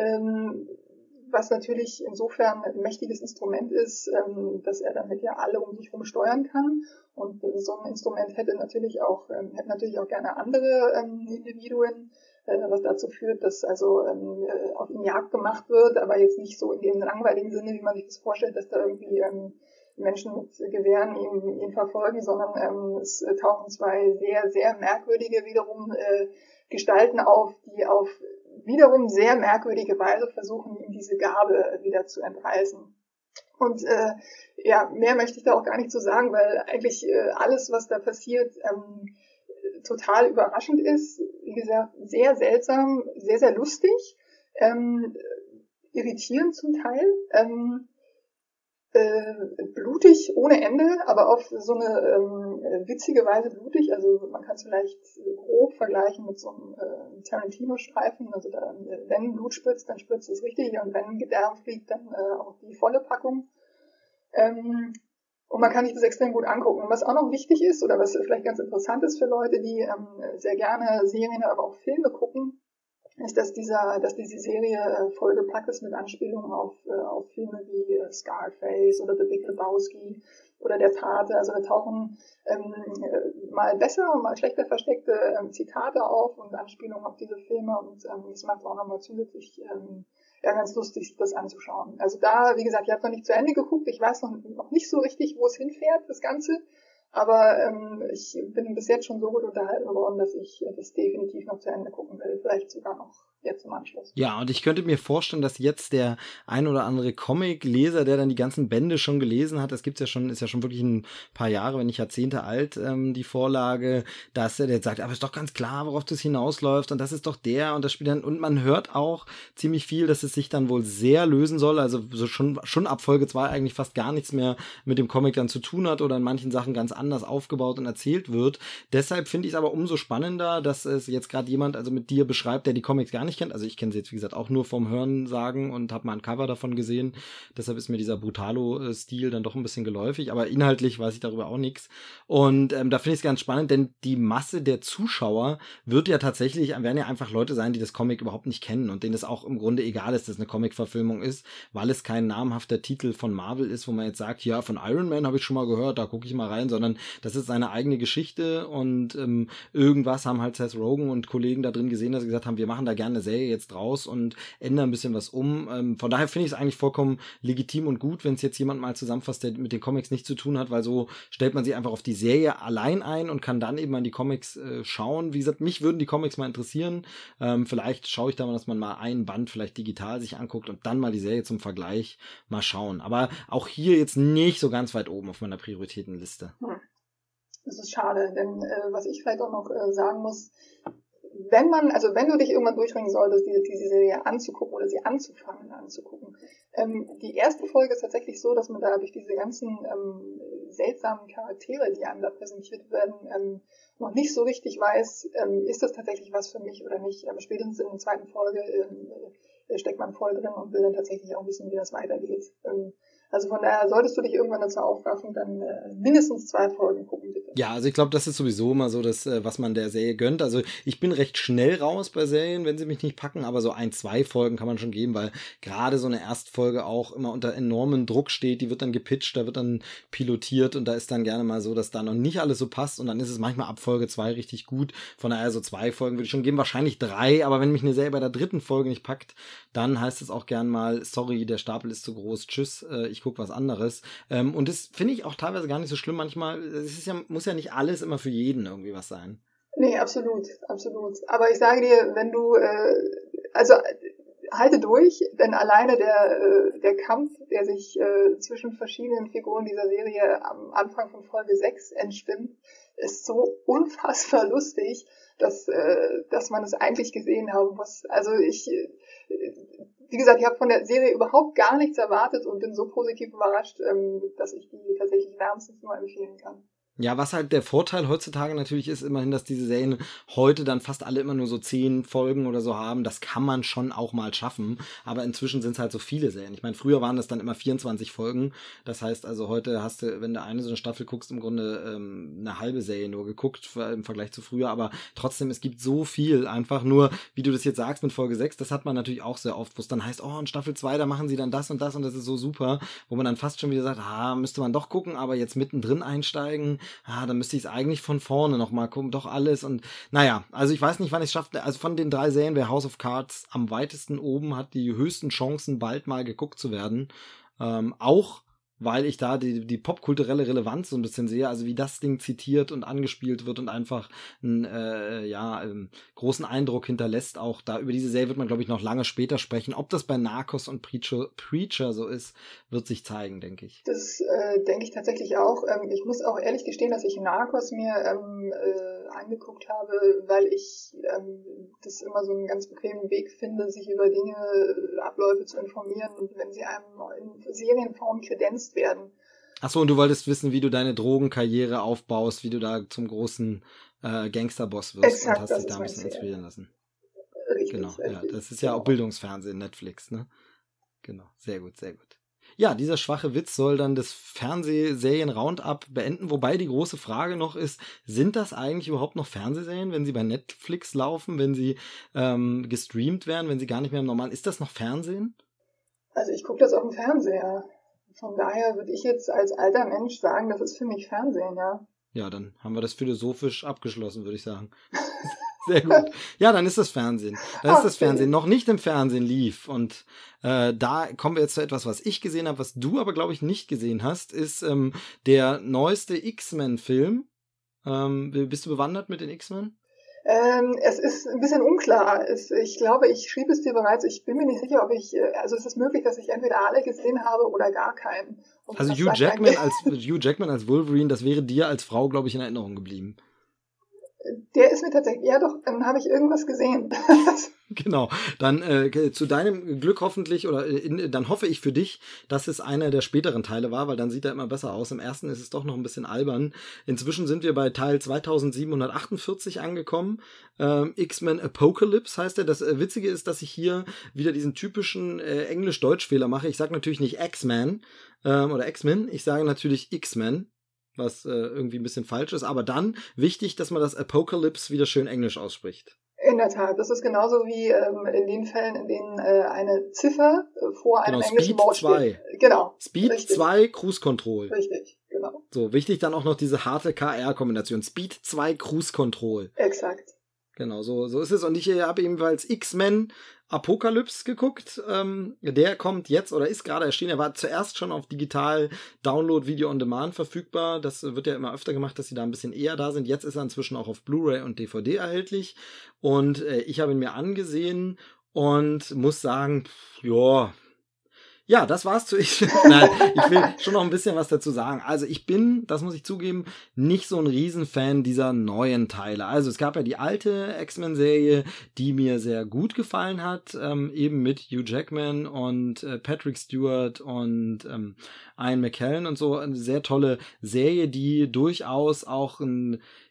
ähm, was natürlich insofern ein mächtiges Instrument ist, ähm, dass er damit ja alle um sich herum steuern kann. Und äh, so ein Instrument hätte natürlich auch ähm, hätte natürlich auch gerne andere ähm, Individuen, äh, was dazu führt, dass also ähm, auf ihn Jagd gemacht wird, aber jetzt nicht so in dem langweiligen Sinne, wie man sich das vorstellt, dass da irgendwie ähm, Menschen mit Gewehren ihn, ihn verfolgen, sondern ähm, es äh, tauchen zwei sehr, sehr merkwürdige wiederum äh, Gestalten auf, die auf wiederum sehr merkwürdige Weise versuchen, ihm diese Gabe wieder zu entreißen. Und äh, ja, mehr möchte ich da auch gar nicht zu sagen, weil eigentlich äh, alles, was da passiert, ähm, total überraschend ist. Wie gesagt, sehr seltsam, sehr, sehr lustig, ähm, irritierend zum Teil. Ähm, Äh, blutig ohne Ende, aber auf so eine ähm, witzige Weise blutig. Also man kann es vielleicht grob vergleichen mit so einem äh, Tarantino-Streifen. Also da, wenn Blut spritzt, dann spritzt es richtig und wenn Gedärm fliegt, dann äh, auch die volle Packung. Ähm, und man kann sich das extrem gut angucken. Und was auch noch wichtig ist oder was vielleicht ganz interessant ist für Leute, die ähm, sehr gerne Serien, aber auch Filme gucken, ist, dass dieser, dass diese Serie äh, vollgepackt ist mit Anspielungen auf, äh, auf Filme wie äh, Scarface oder The Big Lebowski oder Der Pate. Also da tauchen ähm, äh, mal besser und mal schlechter versteckte ähm, Zitate auf und Anspielungen auf diese Filme und ähm, das macht es auch nochmal zusätzlich ähm, ja, ganz lustig, sich das anzuschauen. Also da, wie gesagt, ich habe noch nicht zu Ende geguckt, ich weiß noch, noch nicht so richtig, wo es hinfährt, das Ganze. Aber ähm, ich bin bis jetzt schon so gut unterhalten worden, dass ich das definitiv noch zu Ende gucken will. Vielleicht sogar noch jetzt im Anschluss. Ja, und ich könnte mir vorstellen, dass jetzt der ein oder andere Comic-Leser, der dann die ganzen Bände schon gelesen hat, das gibt's ja schon, ist ja schon wirklich ein paar Jahre, wenn nicht Jahrzehnte alt, ähm, die Vorlage, dass er jetzt sagt, aber ist doch ganz klar, worauf das hinausläuft und das ist doch der und das spielt dann, und man hört auch ziemlich viel, dass es sich dann wohl sehr lösen soll, also so schon, schon ab Folge zwei eigentlich fast gar nichts mehr mit dem Comic dann zu tun hat oder in manchen Sachen ganz anders aufgebaut und erzählt wird. Deshalb finde ich es aber umso spannender, dass es jetzt gerade jemand also mit dir beschreibt, der die Comics gar nicht kennt. Also ich kenne sie jetzt, wie gesagt, auch nur vom Hören sagen und habe mal ein Cover davon gesehen. Deshalb ist mir dieser Brutalo-Stil dann doch ein bisschen geläufig. Aber inhaltlich weiß ich darüber auch nichts. Und ähm, da finde ich es ganz spannend, denn die Masse der Zuschauer wird ja tatsächlich, werden ja einfach Leute sein, die das Comic überhaupt nicht kennen und denen es auch im Grunde egal ist, dass es eine Comic-Verfilmung ist, weil es kein namhafter Titel von Marvel ist, wo man jetzt sagt, ja, von Iron Man habe ich schon mal gehört, da gucke ich mal rein, sondern das ist seine eigene Geschichte und ähm, irgendwas haben halt Seth Rogen und Kollegen da drin gesehen, dass sie gesagt haben, wir machen da gerne eine Serie jetzt draus und ändern ein bisschen was um. Ähm, von daher finde ich es eigentlich vollkommen legitim und gut, wenn es jetzt jemand mal zusammenfasst, der mit den Comics nichts zu tun hat, weil so stellt man sich einfach auf die Serie allein ein und kann dann eben an die Comics äh, schauen. Wie gesagt, mich würden die Comics mal interessieren. Ähm, vielleicht schaue ich da mal, dass man mal einen Band vielleicht digital sich anguckt und dann mal die Serie zum Vergleich mal schauen. Aber auch hier jetzt nicht so ganz weit oben auf meiner Prioritätenliste. Hm. Das ist schade, denn äh, was ich vielleicht auch noch äh, sagen muss, wenn man, also wenn du dich irgendwann durchringen solltest, diese, diese Serie anzugucken oder sie anzufangen anzugucken, ähm, die erste Folge ist tatsächlich so, dass man da durch diese ganzen ähm, seltsamen Charaktere, die einem da präsentiert werden, ähm, noch nicht so richtig weiß, ähm, ist das tatsächlich was für mich oder nicht. Aber spätestens in der zweiten Folge ähm, steckt man voll drin und will dann tatsächlich auch wissen, wie das weitergeht. Ähm, Also von daher solltest du dich irgendwann dazu aufraffen, dann äh, mindestens zwei Folgen gucken, bitte. Ja, also ich glaube, das ist sowieso immer so, das, was man der Serie gönnt. Also ich bin recht schnell raus bei Serien, wenn sie mich nicht packen, aber so ein, zwei Folgen kann man schon geben, weil gerade so eine Erstfolge auch immer unter enormem Druck steht, die wird dann gepitcht, da wird dann pilotiert und da ist dann gerne mal so, dass da noch nicht alles so passt und dann ist es manchmal ab Folge zwei richtig gut. Von daher so zwei Folgen würde ich schon geben, wahrscheinlich drei, aber wenn mich eine Serie bei der dritten Folge nicht packt, dann heißt es auch gern mal, sorry, der Stapel ist zu groß, tschüss, äh, ich gucke was anderes. Ähm, und das finde ich auch teilweise gar nicht so schlimm manchmal. Es ist ja, muss ja nicht alles immer für jeden irgendwie was sein. Nee, absolut, absolut. Aber ich sage dir, wenn du, äh, also halte durch, denn alleine der, äh, der Kampf, der sich äh, zwischen verschiedenen Figuren dieser Serie am Anfang von Folge sechs entspinnt, ist so unfassbar lustig, dass, äh, dass man es eigentlich gesehen haben muss. Also ich, äh, wie gesagt, ich habe von der Serie überhaupt gar nichts erwartet und bin so positiv überrascht, ähm, dass ich die tatsächlich wärmstens nur empfehlen kann. Ja, was halt der Vorteil heutzutage natürlich ist, immerhin, dass diese Serien heute dann fast alle immer nur so zehn Folgen oder so haben. Das kann man schon auch mal schaffen. Aber inzwischen sind es halt so viele Serien. Ich meine, früher waren das dann immer vierundzwanzig Folgen. Das heißt also, heute hast du, wenn du eine so eine Staffel guckst, im Grunde ähm, eine halbe Serie nur geguckt im Vergleich zu früher. Aber trotzdem, es gibt so viel. Einfach nur, wie du das jetzt sagst mit Folge sechs, das hat man natürlich auch sehr oft, wo es dann heißt, oh, in Staffel zwei, da machen sie dann das und das und das ist so super. Wo man dann fast schon wieder sagt, ah, müsste man doch gucken, aber jetzt mittendrin einsteigen. Ah, dann müsste ich es eigentlich von vorne nochmal gucken, doch alles und naja, also ich weiß nicht, wann ich es schaffe, also von den drei Serien, wer House of Cards am weitesten oben hat, die höchsten Chancen, bald mal geguckt zu werden, ähm, auch weil ich da die, die popkulturelle Relevanz so ein bisschen sehe, also wie das Ding zitiert und angespielt wird und einfach einen äh, ja, ähm, großen Eindruck hinterlässt. Auch da über diese Serie wird man, glaube ich, noch lange später sprechen. Ob das bei Narcos und Preacher, Preacher so ist, wird sich zeigen, denke ich. Das äh, denke ich tatsächlich auch. Ähm, ich muss auch ehrlich gestehen, dass ich Narcos mir ähm, äh, angeguckt habe, weil ich ähm, das immer so einen ganz bequemen Weg finde, sich über Dinge, Abläufe zu informieren und wenn sie einem in Serienform kredenzt werden. Ach so, und du wolltest wissen, wie du deine Drogenkarriere aufbaust, wie du da zum großen äh, Gangsterboss wirst. Exakt, und hast das dich da ein ist bisschen mein Ziel. inspirieren lassen. Richtig, Genau, richtig. ja, das ist ja auch Bildungsfernsehen, Netflix, ne? Genau, sehr gut, sehr gut. Ja, dieser schwache Witz soll dann das Fernsehserien-Roundup beenden, wobei die große Frage noch ist, sind das eigentlich überhaupt noch Fernsehserien, wenn sie bei Netflix laufen, wenn sie ähm, gestreamt werden, wenn sie gar nicht mehr im normalen, ist das noch Fernsehen? Also ich gucke das auf dem Fernseher. Von daher würde ich jetzt als alter Mensch sagen, das ist für mich Fernsehen, ja. Ja, dann haben wir das philosophisch abgeschlossen, würde ich sagen. Sehr gut. Ja, dann ist das Fernsehen. Dann ist das Fernsehen noch nicht im Fernsehen lief. Und äh, da kommen wir jetzt zu etwas, was ich gesehen habe, was du aber, glaube ich, nicht gesehen hast, ist ähm, der neueste X-Men-Film. Ähm, bist du bewandert mit den X-Men? Ähm, es ist ein bisschen unklar. Es, ich glaube, ich schrieb es dir bereits. Ich bin mir nicht sicher, ob ich, also es ist möglich, dass ich entweder alle gesehen habe oder gar keinen. Und also Hugh Jackman als Hugh Jackman als Wolverine, das wäre dir als Frau, glaube ich, in Erinnerung geblieben. Der ist mir tatsächlich, ja doch, dann habe ich irgendwas gesehen. Genau, dann äh, zu deinem Glück hoffentlich, oder in, dann hoffe ich für dich, dass es einer der späteren Teile war, weil dann sieht er immer besser aus. Im ersten ist es doch noch ein bisschen albern. Inzwischen sind wir bei Teil zweitausendsiebenhundertachtundvierzig angekommen. Ähm, X-Men Apocalypse heißt er. Das äh, Witzige ist, dass ich hier wieder diesen typischen äh, Englisch-Deutsch-Fehler mache. Ich sage natürlich nicht X-Men ähm, oder X-Men, ich sage natürlich X-Men, was äh, irgendwie ein bisschen falsch ist. Aber dann wichtig, dass man das Apocalypse wieder schön englisch ausspricht. In der Tat, das ist genauso wie ähm, in den Fällen, in denen äh, eine Ziffer äh, vor einem genau, englischen Speed Wort zwei. steht. Genau. Speed richtig. zwei Cruise Control. Richtig, genau. So, wichtig dann auch noch diese harte K R-Kombination. Speed zwei Cruise Control. Exakt. Genau, so, so ist es. Und ich äh, habe ebenfalls X-Men Apocalypse geguckt. Ähm, der kommt jetzt oder ist gerade erschienen. Er war zuerst schon auf digital Download, Video on Demand verfügbar. Das wird ja immer öfter gemacht, dass sie da ein bisschen eher da sind. Jetzt ist er inzwischen auch auf Blu-ray und D V D erhältlich. Und äh, ich habe ihn mir angesehen und muss sagen, pff, ja... Ja, das war's zu ich. Nein, ich will schon noch ein bisschen was dazu sagen. Also ich bin, das muss ich zugeben, nicht so ein Riesenfan dieser neuen Teile. Also es gab ja die alte X-Men-Serie, die mir sehr gut gefallen hat, ähm, eben mit Hugh Jackman und äh, Patrick Stewart und ähm, Ian McKellen und so. Eine sehr tolle Serie, die durchaus auch ein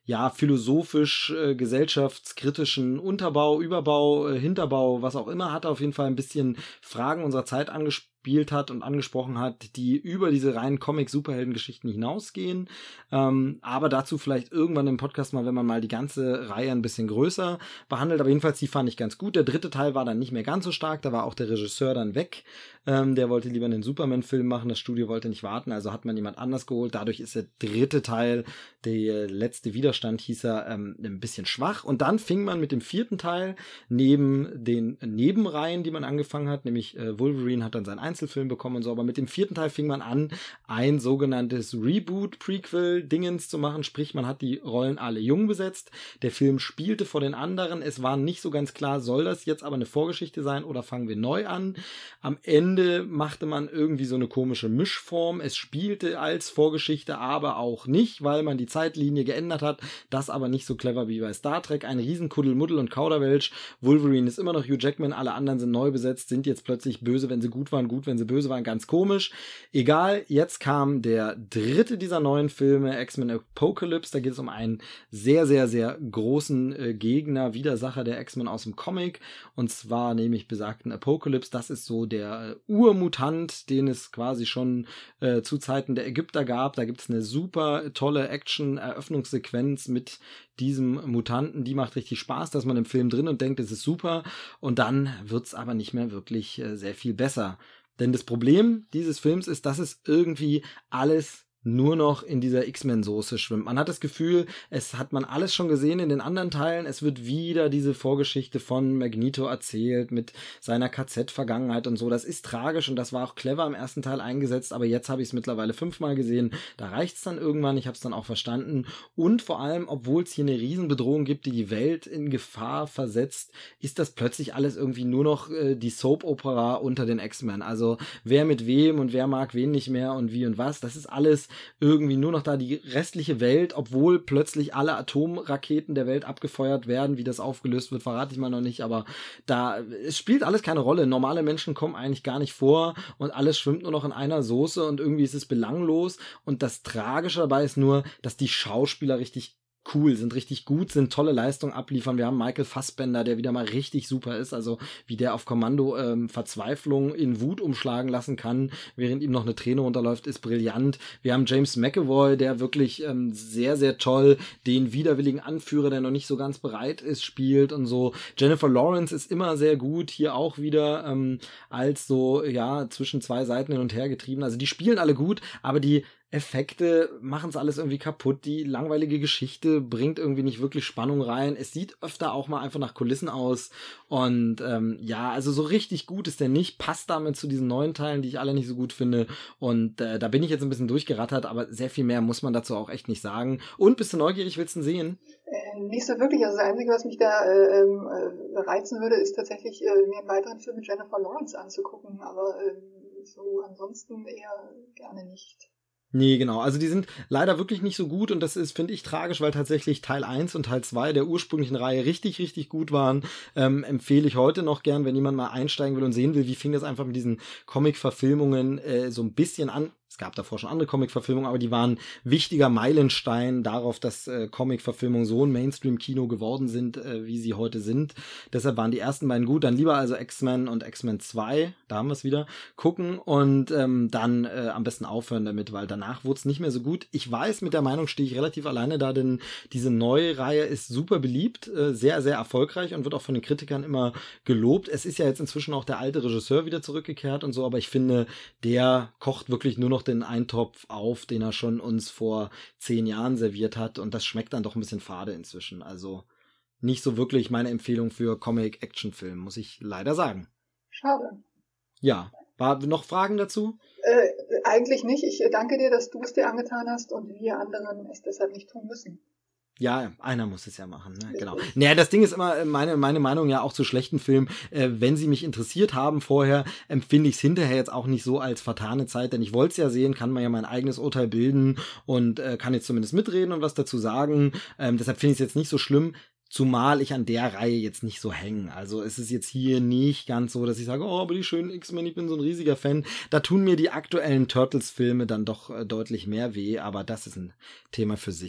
ja, philosophisch, äh, gesellschaftskritischen Unterbau, Überbau, äh, Hinterbau, was auch immer, hat er auf jeden Fall ein bisschen Fragen unserer Zeit angesprochen hat und angesprochen hat, die über diese reinen Comic-Superhelden-Geschichten hinausgehen. Ähm, aber dazu vielleicht irgendwann im Podcast mal, wenn man mal die ganze Reihe ein bisschen größer behandelt. Aber jedenfalls, die fand ich ganz gut. Der dritte Teil war dann nicht mehr ganz so stark. Da war auch der Regisseur dann weg. Ähm, der wollte lieber einen Superman-Film machen. Das Studio wollte nicht warten. Also hat man jemand anders geholt. Dadurch ist der dritte Teil, der letzte Widerstand hieß er, ähm, ein bisschen schwach. Und dann fing man mit dem vierten Teil neben den Nebenreihen, die man angefangen hat, nämlich äh, Wolverine hat dann sein Einzelfilm bekommen und so, aber mit dem vierten Teil fing man an, ein sogenanntes Reboot-Prequel-Dingens zu machen, sprich, man hat die Rollen alle jung besetzt, der Film spielte vor den anderen, es war nicht so ganz klar, soll das jetzt aber eine Vorgeschichte sein oder fangen wir neu an? Am Ende machte man irgendwie so eine komische Mischform, es spielte als Vorgeschichte, aber auch nicht, weil man die Zeitlinie geändert hat, das aber nicht so clever wie bei Star Trek, ein riesen Kuddelmuddel und Kauderwelsch, Wolverine ist immer noch Hugh Jackman, alle anderen sind neu besetzt, sind jetzt plötzlich böse, wenn sie gut waren, gut, wenn sie böse waren, ganz komisch. Egal, jetzt kam der dritte dieser neuen Filme, X-Men Apocalypse, da geht es um einen sehr, sehr, sehr großen äh, Gegner, Widersacher der X-Men aus dem Comic, und zwar nämlich besagten Apocalypse, das ist so der äh, Urmutant, den es quasi schon äh, zu Zeiten der Ägypter gab, da gibt es eine super tolle Action-Eröffnungssequenz mit diesem Mutanten, die macht richtig Spaß, dass man im Film drin und denkt, es ist super, und dann wird's aber nicht mehr wirklich äh, sehr viel besser. Denn das Problem dieses Films ist, dass es irgendwie alles nur noch in dieser X-Men-Soße schwimmt. Man hat das Gefühl, es hat man alles schon gesehen in den anderen Teilen, es wird wieder diese Vorgeschichte von Magneto erzählt mit seiner K Z-Vergangenheit und so. Das ist tragisch und das war auch clever im ersten Teil eingesetzt, aber jetzt habe ich es mittlerweile fünfmal gesehen. Da reicht's dann irgendwann, ich habe es dann auch verstanden. Und vor allem, obwohl es hier eine Riesenbedrohung gibt, die die Welt in Gefahr versetzt, ist das plötzlich alles irgendwie nur noch äh, die Soap-Opera unter den X-Men. Also wer mit wem und wer mag wen nicht mehr und wie und was, das ist alles irgendwie nur noch da die restliche Welt, obwohl plötzlich alle Atomraketen der Welt abgefeuert werden, wie das aufgelöst wird, verrate ich mal noch nicht, aber da, es spielt alles keine Rolle, normale Menschen kommen eigentlich gar nicht vor und alles schwimmt nur noch in einer Soße und irgendwie ist es belanglos, und das Tragische dabei ist nur, dass die Schauspieler richtig cool sind, richtig gut sind, tolle Leistungen abliefern. Wir haben Michael Fassbender, der wieder mal richtig super ist, also wie der auf Kommando ähm, Verzweiflung in Wut umschlagen lassen kann, während ihm noch eine Träne runterläuft, ist brillant. Wir haben James McAvoy, der wirklich ähm, sehr, sehr toll den widerwilligen Anführer, der noch nicht so ganz bereit ist, spielt und so. Jennifer Lawrence ist immer sehr gut, hier auch wieder ähm, als so, ja, zwischen zwei Seiten hin und her getrieben. Also die spielen alle gut, aber die Effekte machen es alles irgendwie kaputt. Die langweilige Geschichte bringt irgendwie nicht wirklich Spannung rein. Es sieht öfter auch mal einfach nach Kulissen aus. Und ähm, ja, also so richtig gut ist der nicht. Passt damit zu diesen neuen Teilen, die ich alle nicht so gut finde. Und äh, da bin ich jetzt ein bisschen durchgerattert, aber sehr viel mehr muss man dazu auch echt nicht sagen. Und bist du neugierig, willst du ihn sehen? Äh, nicht so wirklich. Also das Einzige, was mich da äh, äh, reizen würde, ist tatsächlich, äh, mir einen weiteren Film mit Jennifer Lawrence anzugucken. Aber äh, so ansonsten eher gerne nicht. Nee, genau. Also die sind leider wirklich nicht so gut und das ist, finde ich, tragisch, weil tatsächlich Teil eins und Teil zwei der ursprünglichen Reihe richtig, richtig gut waren. Ähm, empfehle ich heute noch gern, wenn jemand mal einsteigen will und sehen will, wie fing das einfach mit diesen Comic-Verfilmungen äh, so ein bisschen an. Es gab davor schon andere Comic-Verfilmungen, aber die waren wichtiger Meilenstein darauf, dass äh, Comic-Verfilmungen so ein Mainstream-Kino geworden sind, äh, wie sie heute sind. Deshalb waren die ersten beiden gut. Dann lieber also X-Men und X-Men zwei, da haben wir es wieder, gucken und ähm, dann äh, am besten aufhören damit, weil danach wurde es nicht mehr so gut. Ich weiß, mit der Meinung stehe ich relativ alleine da, denn diese neue Reihe ist super beliebt, äh, sehr, sehr erfolgreich und wird auch von den Kritikern immer gelobt. Es ist ja jetzt inzwischen auch der alte Regisseur wieder zurückgekehrt und so, aber ich finde, der kocht wirklich nur noch den Eintopf auf, den er schon uns vor zehn Jahren serviert hat, und das schmeckt dann doch ein bisschen fade inzwischen. Also nicht so wirklich meine Empfehlung für Comic-Action-Film, muss ich leider sagen. Schade. Ja, war noch Fragen dazu? Äh, eigentlich nicht. Ich danke dir, dass du es dir angetan hast und wir anderen es deshalb nicht tun müssen. Ja, einer muss es ja machen, ne? Genau. Naja, das Ding ist immer meine meine Meinung ja auch zu schlechten Filmen. Äh, wenn sie mich interessiert haben vorher, empfinde ich es hinterher jetzt auch nicht so als vertane Zeit, denn ich wollte es ja sehen, kann man ja mein eigenes Urteil bilden und äh, kann jetzt zumindest mitreden und was dazu sagen. Ähm, deshalb finde ich es jetzt nicht so schlimm. Zumal ich an der Reihe jetzt nicht so hänge. Also es ist jetzt hier nicht ganz so, dass ich sage, oh, aber die schönen X-Men, ich bin so ein riesiger Fan. Da tun mir die aktuellen Turtles-Filme dann doch äh, deutlich mehr weh, aber das ist ein Thema für sich.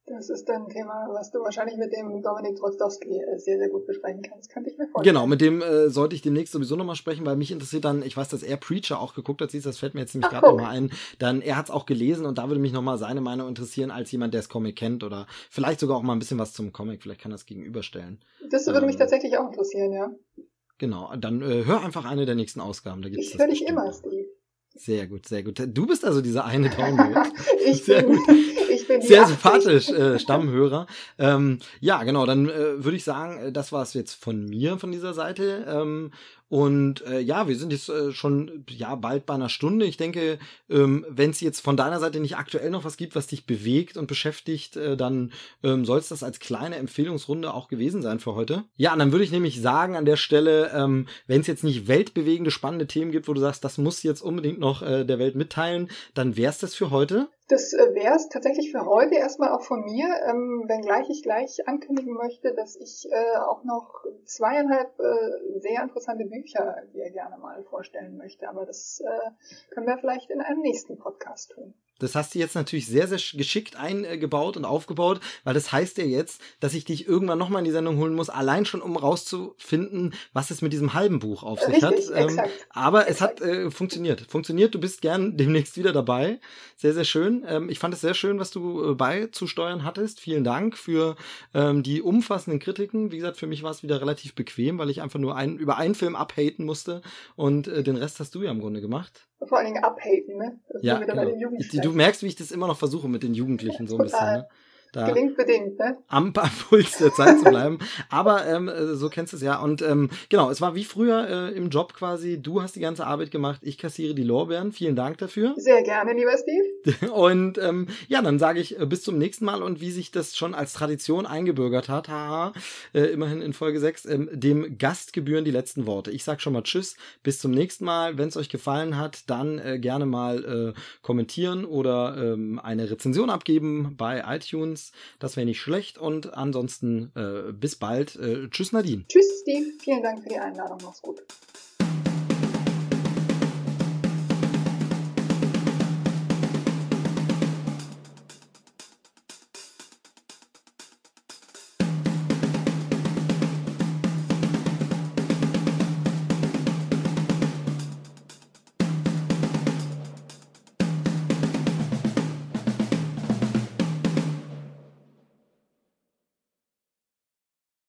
Das ist dann ein Thema, was du wahrscheinlich mit dem Dominik Drozdowski sehr, sehr gut besprechen kannst. Könnte ich mir vorstellen. Genau, mit dem äh, sollte ich demnächst sowieso nochmal sprechen, weil mich interessiert dann, ich weiß, dass er Preacher auch geguckt hat, siehst du, das fällt mir jetzt nämlich gerade nochmal ein. Dann, er hat es auch gelesen und da würde mich nochmal seine Meinung interessieren, als jemand, der das Comic kennt oder vielleicht sogar auch mal ein bisschen was zum Comic, vielleicht kann er das gegenüberstellen. Das würde ähm, mich tatsächlich auch interessieren, ja. Genau, dann äh, hör einfach eine der nächsten Ausgaben. Da gibt's ich höre dich immer, Steve. Sehr gut, sehr gut. Du bist also dieser eine Download. ich, sehr bin, gut. ich bin Sehr sympathisch, äh, Stammhörer. Ähm, ja, genau, dann äh, würde ich sagen, das war es jetzt von mir, von dieser Seite. Ähm, und äh, ja, wir sind jetzt äh, schon ja bald bei einer Stunde. Ich denke, ähm, wenn es jetzt von deiner Seite nicht aktuell noch was gibt, was dich bewegt und beschäftigt, äh, dann ähm, soll es das als kleine Empfehlungsrunde auch gewesen sein für heute. Ja, und dann würde ich nämlich sagen an der Stelle, ähm, wenn es jetzt nicht weltbewegende, spannende Themen gibt, wo du sagst, das muss jetzt unbedingt noch äh, der Welt mitteilen, dann wär's das für heute. Das äh, wäre es tatsächlich für heute erstmal auch von mir, ähm, wenngleich ich gleich ankündigen möchte, dass ich äh, auch noch zweieinhalb äh, sehr interessante Bücher dir gerne mal vorstellen möchte. Aber das äh, können wir vielleicht in einem nächsten Podcast tun. Das hast du jetzt natürlich sehr, sehr geschickt eingebaut und aufgebaut, weil das heißt ja jetzt, dass ich dich irgendwann nochmal in die Sendung holen muss, allein schon, um rauszufinden, was es mit diesem halben Buch auf sich Richtig, hat. Exakt, ähm, aber exakt. es hat äh, funktioniert. Funktioniert, du bist gern demnächst wieder dabei. Sehr, sehr schön. Ähm, ich fand es sehr schön, was du äh, beizusteuern hattest. Vielen Dank für ähm, die umfassenden Kritiken. Wie gesagt, für mich war es wieder relativ bequem, weil ich einfach nur ein, über einen Film abhaten musste und äh, den Rest hast du ja im Grunde gemacht. Vor allen Dingen abhaten, ne? Das ja, genau. Ich, du merkst, wie ich das immer noch versuche mit den Jugendlichen so ein bisschen, ne? Da gelingt bedingt, ne? Am Puls der Zeit zu bleiben. Aber ähm, so kennst du es ja. Und ähm, genau, es war wie früher äh, im Job quasi. Du hast die ganze Arbeit gemacht, ich kassiere die Lorbeeren. Vielen Dank dafür. Sehr gerne, lieber Steve. Und ähm, ja, dann sage ich äh, bis zum nächsten Mal. Und wie sich das schon als Tradition eingebürgert hat, haha, äh, immerhin in Folge sechs, ähm, dem Gast gebühren die letzten Worte. Ich sag schon mal Tschüss, bis zum nächsten Mal. Wenn es euch gefallen hat, dann äh, gerne mal äh, kommentieren oder ähm, eine Rezension abgeben bei iTunes. Das wäre nicht schlecht und ansonsten äh, bis bald. Äh, tschüss Nadine. Tschüss Steve, vielen Dank für die Einladung, mach's gut.